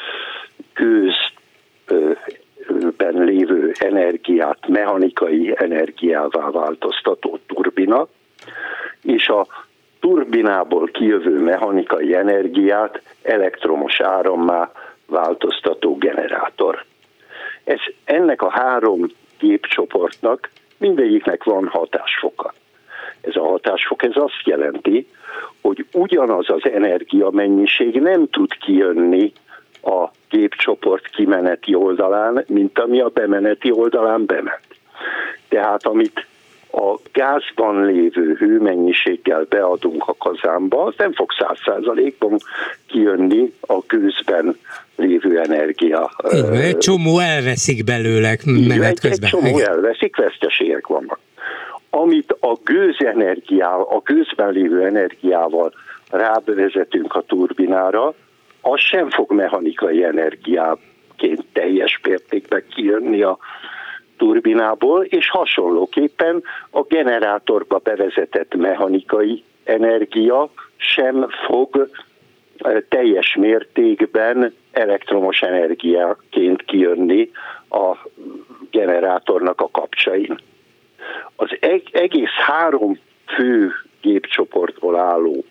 gőzben lévő energiát mechanikai energiává változtató turbina, és a turbinából kijövő mechanikai energiát elektromos árammá változtató generátor. Ez, ennek a három gépcsoportnak mindegyiknek van hatásfoka. Ez a hatásfok ez azt jelenti, hogy ugyanaz az energiamennyiség nem tud kijönni a gépcsoport kimeneti oldalán, mint ami a bemeneti oldalán bement. Tehát amit a gázban lévő hőmennyiséggel beadunk a kazánba, az nem fog száz százalékban kijönni a gőzben lévő energia. Igen, egy csomó elveszik belőle menet egy, közben. Egy csomó Igen. elveszik, veszteségek vannak. Amit a gőzenergiával, a gőzben lévő energiával rábevezetünk a turbinára, az sem fog mechanikai energiáként teljes mértékben kijönni a turbinából, és hasonlóképpen a generátorba bevezetett mechanikai energia sem fog teljes mértékben elektromos energiaként kijönni a generátornak a kapcsain. Az egész három fő gépcsoportból álló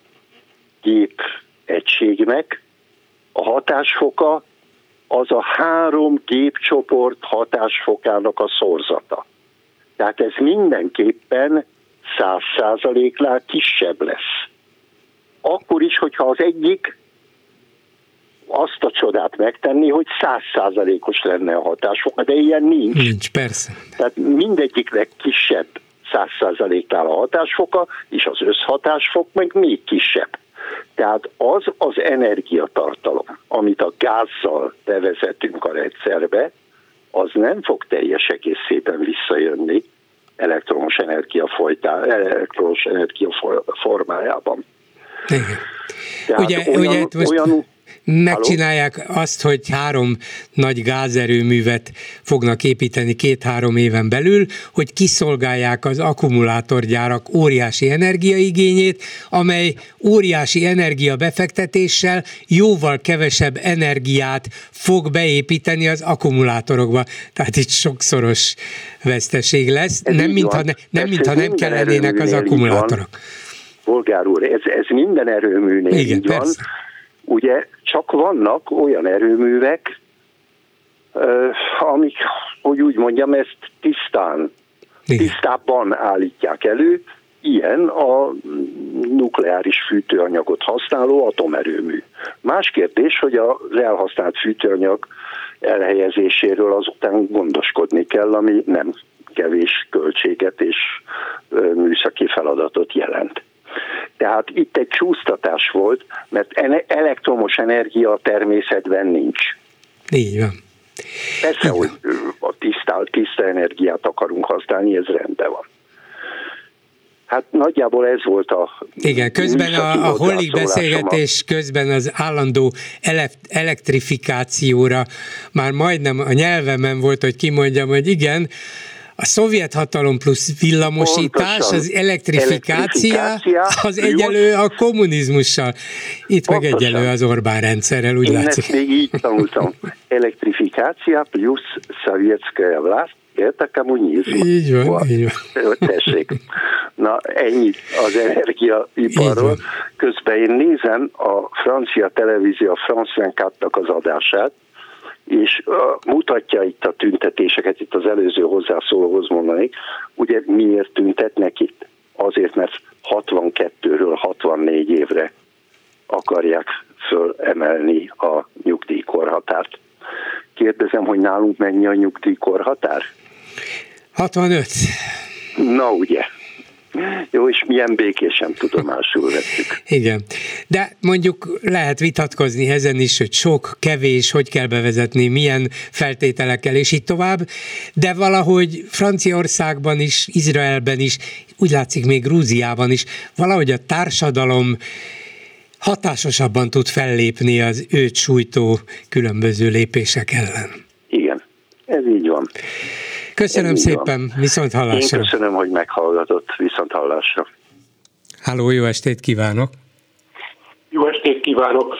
gépegységnek a hatásfoka az a három gépcsoport hatásfokának a szorzata. Tehát ez mindenképpen száz százaléknál kisebb lesz. Akkor is, hogyha az egyik azt a csodát megtenni, hogy száz százalékos lenne a hatásfoka, de ilyen nincs. Nincs, persze. Tehát mindegyiknek kisebb száz százaléknál a hatásfoka, és az összhatásfok meg még kisebb. Tehát az az energiatartalom, amit a gázzal bevezetünk a rendszerbe, az nem fog teljes egészében visszajönni elektromos energia, folytá, elektromos energia formájában. Igen. Ugye, olyan, ugye most olyan, megcsinálják halló? azt, hogy három nagy gázerőművet fognak építeni két-három éven belül, hogy kiszolgálják az akkumulátorgyárak óriási energiaigényét, amely óriási energiabefektetéssel jóval kevesebb energiát fog beépíteni az akkumulátorokba. Tehát itt sokszoros veszteség lesz, Ez nem mintha ne, nem, mintha nem kellenének az akkumulátorok. Polgár úr, ez, ez minden erőműnél Igen, így van. Persze. Ugye csak vannak olyan erőművek, amik, hogy úgy mondjam, ezt tisztán, Igen. tisztábban állítják elő, ilyen a nukleáris fűtőanyagot használó atomerőmű. Más kérdés, hogy az elhasznált fűtőanyag elhelyezéséről azután gondoskodni kell, ami nem kevés költséget és műszaki feladatot jelent. Tehát itt egy csúsztatás volt, mert elektromos energia a természetben nincs. Így van. Persze, hogy a tiszta, tiszta energiát akarunk használni, ez rendben van. Hát nagyjából ez volt a... Igen, közben a, a Hollik beszélgetés közben az állandó elektrifikációra már majdnem a nyelvemen volt, hogy kimondjam, hogy igen, a szovjet hatalom plusz villamosítás, pontosan. Az elektrifikáció az egyelő a kommunizmussal. Itt pontosan. Meg egyelő az Orbán rendszerrel, úgy Én látszik. Én ezt még így tanultam. Elektrifikáció plusz szovjetszkaja vlast, érte kommunizmus. Így van, wow. Így van. Tessék. Na, ennyit az energiaiparról. Közben én nézem a francia televízió, a France huszonkettőnek az adását, és uh, mutatja itt a tüntetéseket, itt az előző hozzászólóhoz mondanék, ugye miért tüntetnek itt? Azért, mert hatvankettőről hatvannégy évre akarják fölemelni a nyugdíjkorhatárt. Kérdezem, hogy nálunk mennyi a nyugdíjkorhatár? hatvanöt. Na ugye. Jó, és milyen békésen tudomásul vettük. Igen, de mondjuk lehet vitatkozni ezen is, hogy sok, kevés, hogy kell bevezetni, milyen feltételekkel, és így tovább, de valahogy Franciaországban is, Izraelben is, úgy látszik még Grúziában is, valahogy a társadalom hatásosabban tud fellépni az őt sújtó különböző lépések ellen. Igen, ez így van. Köszönöm szépen, van. Viszont hallásra. Én köszönöm, hogy meghallgatott, viszont hallásra. Halló, jó estét kívánok! Jó estét kívánok!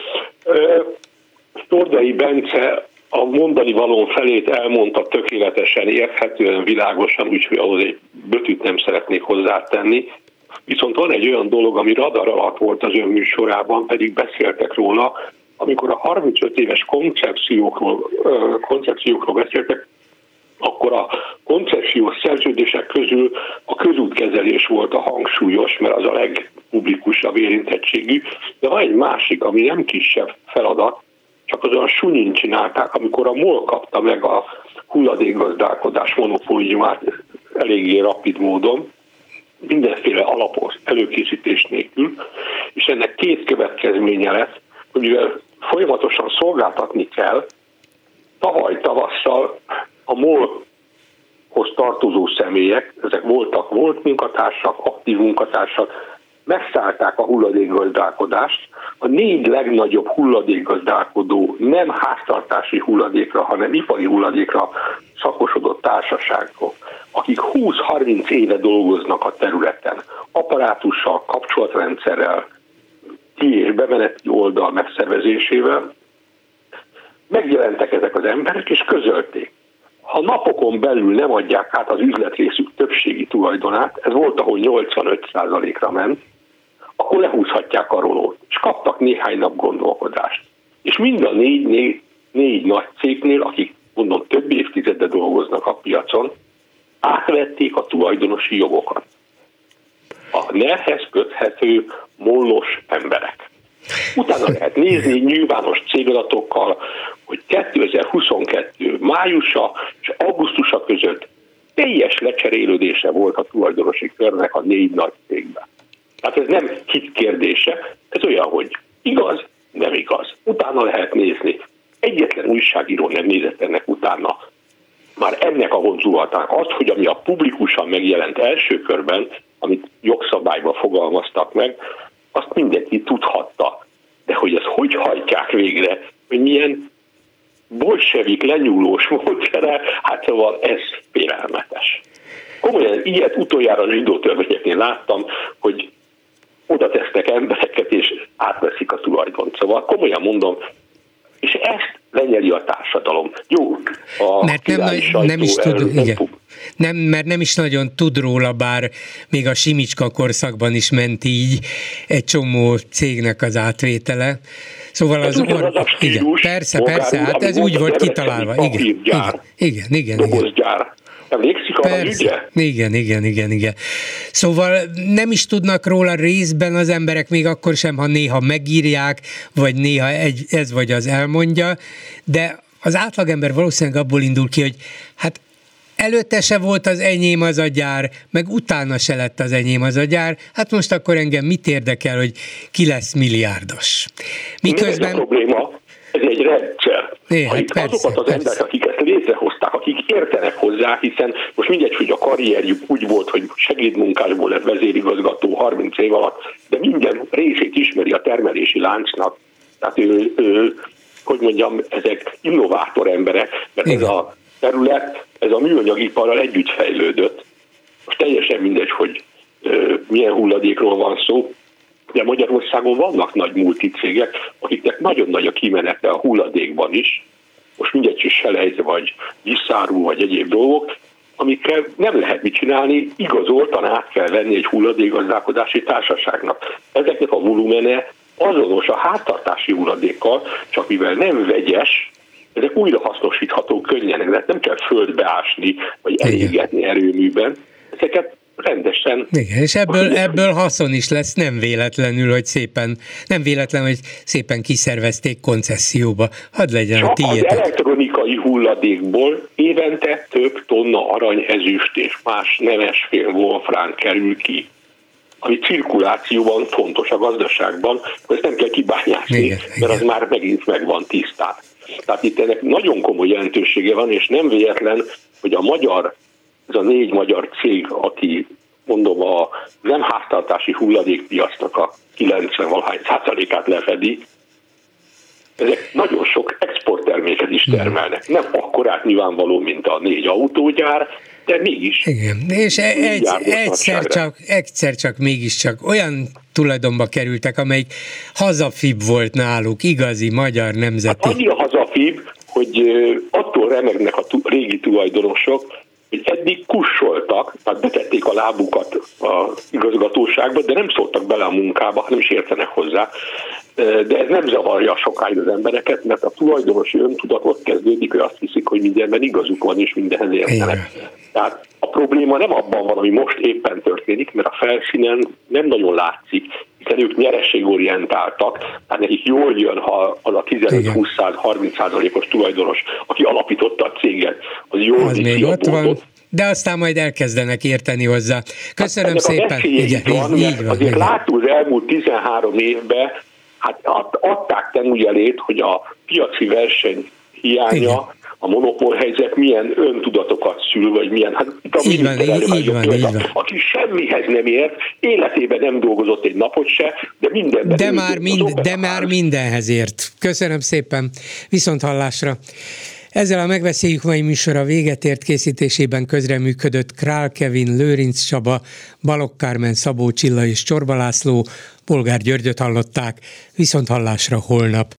Tordai Bence a mondani valón felét elmondta tökéletesen, érthetően, világosan, úgyhogy ahhoz egy bötűt nem szeretnék hozzátenni. Viszont van egy olyan dolog, ami radar alatt volt az ön műsorában, pedig beszéltek róla, amikor a harmincöt éves koncepciókról, koncepciókról beszéltek, akkor a koncepciós szerződések közül a közútkezelés volt a hangsúlyos, mert az a legpublikusabb érintettségű, de van egy másik, ami nem kisebb feladat, csak azon sunyin csinálták, amikor a MOL kapta meg a hulladékgazdálkodás monopóliumát eléggé rapid módon, mindenféle alapos előkészítés nélkül, és ennek két következménye lett, hogy mivel folyamatosan szolgáltatni kell, tavaly tavasszal a MOL-hoz tartozó személyek, ezek voltak volt munkatársak, aktív munkatársak, megszállták a hulladékgazdálkodást. A négy legnagyobb hulladékgazdálkodó nem háztartási hulladékra, hanem ipari hulladékra szakosodott társaságok, akik húsz-harminc éve dolgoznak a területen, apparátussal, kapcsolatrendszerrel, ki- és bemeneti oldal megszervezésével, megjelentek ezek az emberek, és közölték. Ha napokon belül nem adják át az üzletrészük többségi tulajdonát, ez volt, ahol nyolcvanöt százalékra ment, akkor lehúzhatják a rolót, és kaptak néhány nap gondolkodást. És mind a négy, négy, négy nagy cégnél, akik mondom több évtizede dolgoznak a piacon, átvették a tulajdonosi jogokat. A nerhez köthető mollos emberek. Utána lehet nézni nyilvános cégadatokkal, hogy kétezer-huszonkettő májusa és augusztusa között teljes lecserélődése volt a tulajdonosi körnek a négy nagy cégben. Tehát ez nem hit kérdése, ez olyan, hogy igaz, nem igaz. Utána lehet nézni. Egyetlen újságíró nem nézett ennek utána. Már ennek a vonzulatának az, hogy ami a publikusan megjelent első körben, amit jogszabályban fogalmaztak meg, azt mindenki tudhatta. De hogy ezt hogy hajtják végre, hogy milyen bolsevik lenyúlós módszere, hát szóval ez félelmetes. Komolyan ilyet utoljára a zsidó törvényeknél láttam, hogy oda tesznek embereket, és átveszik a tulajdont. Szóval komolyan mondom, és ezt lenyeli a társadalom. Jó, a mert nem, nem is tud, igen. Nem, mert nem is nagyon tud róla, bár még a Simicska korszakban is ment így egy csomó cégnek az átvétele. Szóval az, az, az igen, persze, magár, persze, hát ez úgy volt kitalálva. Igen, igen, igen, igen, igen. Emlékszik arra az ügyre? Igen, igen, igen, igen. Szóval nem is tudnak róla részben az emberek, még akkor sem, ha néha megírják, vagy néha egy, ez vagy az elmondja, de az átlagember valószínűleg abból indul ki, hogy hát előtte se volt az enyém az a gyár, meg utána se lett az enyém az a gyár, hát most akkor engem mit érdekel, hogy ki lesz milliárdos. Miközben... Ez a probléma, ez egy rendszer. É, hát itt persze, azokat az persze. emberek, akik ezt létrehozták, akik értenek hozzá, hiszen most mindegy, hogy a karrierjük úgy volt, hogy segédmunkásból lett vezérigazgató harminc év alatt, de minden részét ismeri a termelési láncnak. Tehát ő, ő hogy mondjam, ezek innovátor emberek, mert igen. ez a terület, ez a műanyagiparral együtt fejlődött. Most teljesen mindegy, hogy ö, milyen hulladékról van szó, de Magyarországon vannak nagy multicégek, akiknek nagyon nagy a kimenete a hulladékban is, most mindegy, hogy selejt, vagy visszárú, vagy egyéb dolgok, amikkel nem lehet mit csinálni, igazoltan át kell venni egy hulladékgazdálkodási társaságnak. Ezeknek a volumene azonos a háztartási hulladékkal, csak mivel nem vegyes, ezek újrahasznosíthatók könnyen, de nem kell földbe ásni, vagy elégetni erőműben. Ezeket rendesen... Igen, és ebből, ebből haszon is lesz, nem véletlenül, hogy szépen, nem véletlen, hogy szépen kiszervezték koncesszióba. Hadd legyen csak a tiétek. Az elektronikai hulladékból évente több tonna arany, ezüst és más nemesfél wolfrám kerül ki, ami cirkulációban fontos a gazdaságban, hogy ezt nem kell kibányászni, igen, mert igen. az már megint megvan tisztán. Tehát itt ennek nagyon komoly jelentősége van, és nem véletlen, hogy a magyar, ez a négy magyar cég, aki mondom a nem háztartási hulladékpiacnak a kilencven-valahány százalékát lefedi, ezek nagyon sok exportterméket is termelnek. Nem akkorát nyilvánvaló, mint a négy autógyár, de mégis. Igen, és egy, egyszer, csak, egyszer csak mégiscsak olyan tulajdonba kerültek, amelyik hazafibb volt náluk, igazi magyar nemzeti. Hát annyi a hazafibb, hogy attól remegnek a régi tulajdonosok, hogy eddig kussoltak, tehát betették a lábukat az igazgatóságba, de nem szóltak bele a munkába, nem is értenek hozzá. De ez nem zavarja sokáig az embereket, mert a tulajdonosi öntudat ott kezdődik, hogy azt hiszik, hogy mindenben igazuk van, és mindenhez értenek. Tehát a probléma nem abban van, ami most éppen történik, mert a felszínen nem nagyon látszik, hiszen ők nyerességorientáltak, tehát nekik jól jön, ha az a tizenöt-húsz-harminc százalékos tulajdonos, aki alapította a céget, az jól az még ott van. De aztán majd elkezdenek érteni hozzá. Köszönöm hát szépen. Igen, van, így, így van, azért láttuk az elmúlt tizenhárom évben, hát adták tanújelét, hogy a piaci verseny hiánya, igen. a monopólhelyzet milyen öntudatokat szül, vagy milyen, hát itt a így van, így, így van, így van. Aki semmihez nem ért, életében nem dolgozott egy napot se, de mindenben. De, már, mind, de már mindenhez ért. Köszönöm szépen, viszont hallásra. Ezzel a Megbeszéljük mai műsora véget ért, készítésében közreműködött Král Kevin, Lőrinc Csaba, Balogh Kármen, Szabó Csilla és Csorba László, Polgár Györgyöt hallották, viszont hallásra holnap.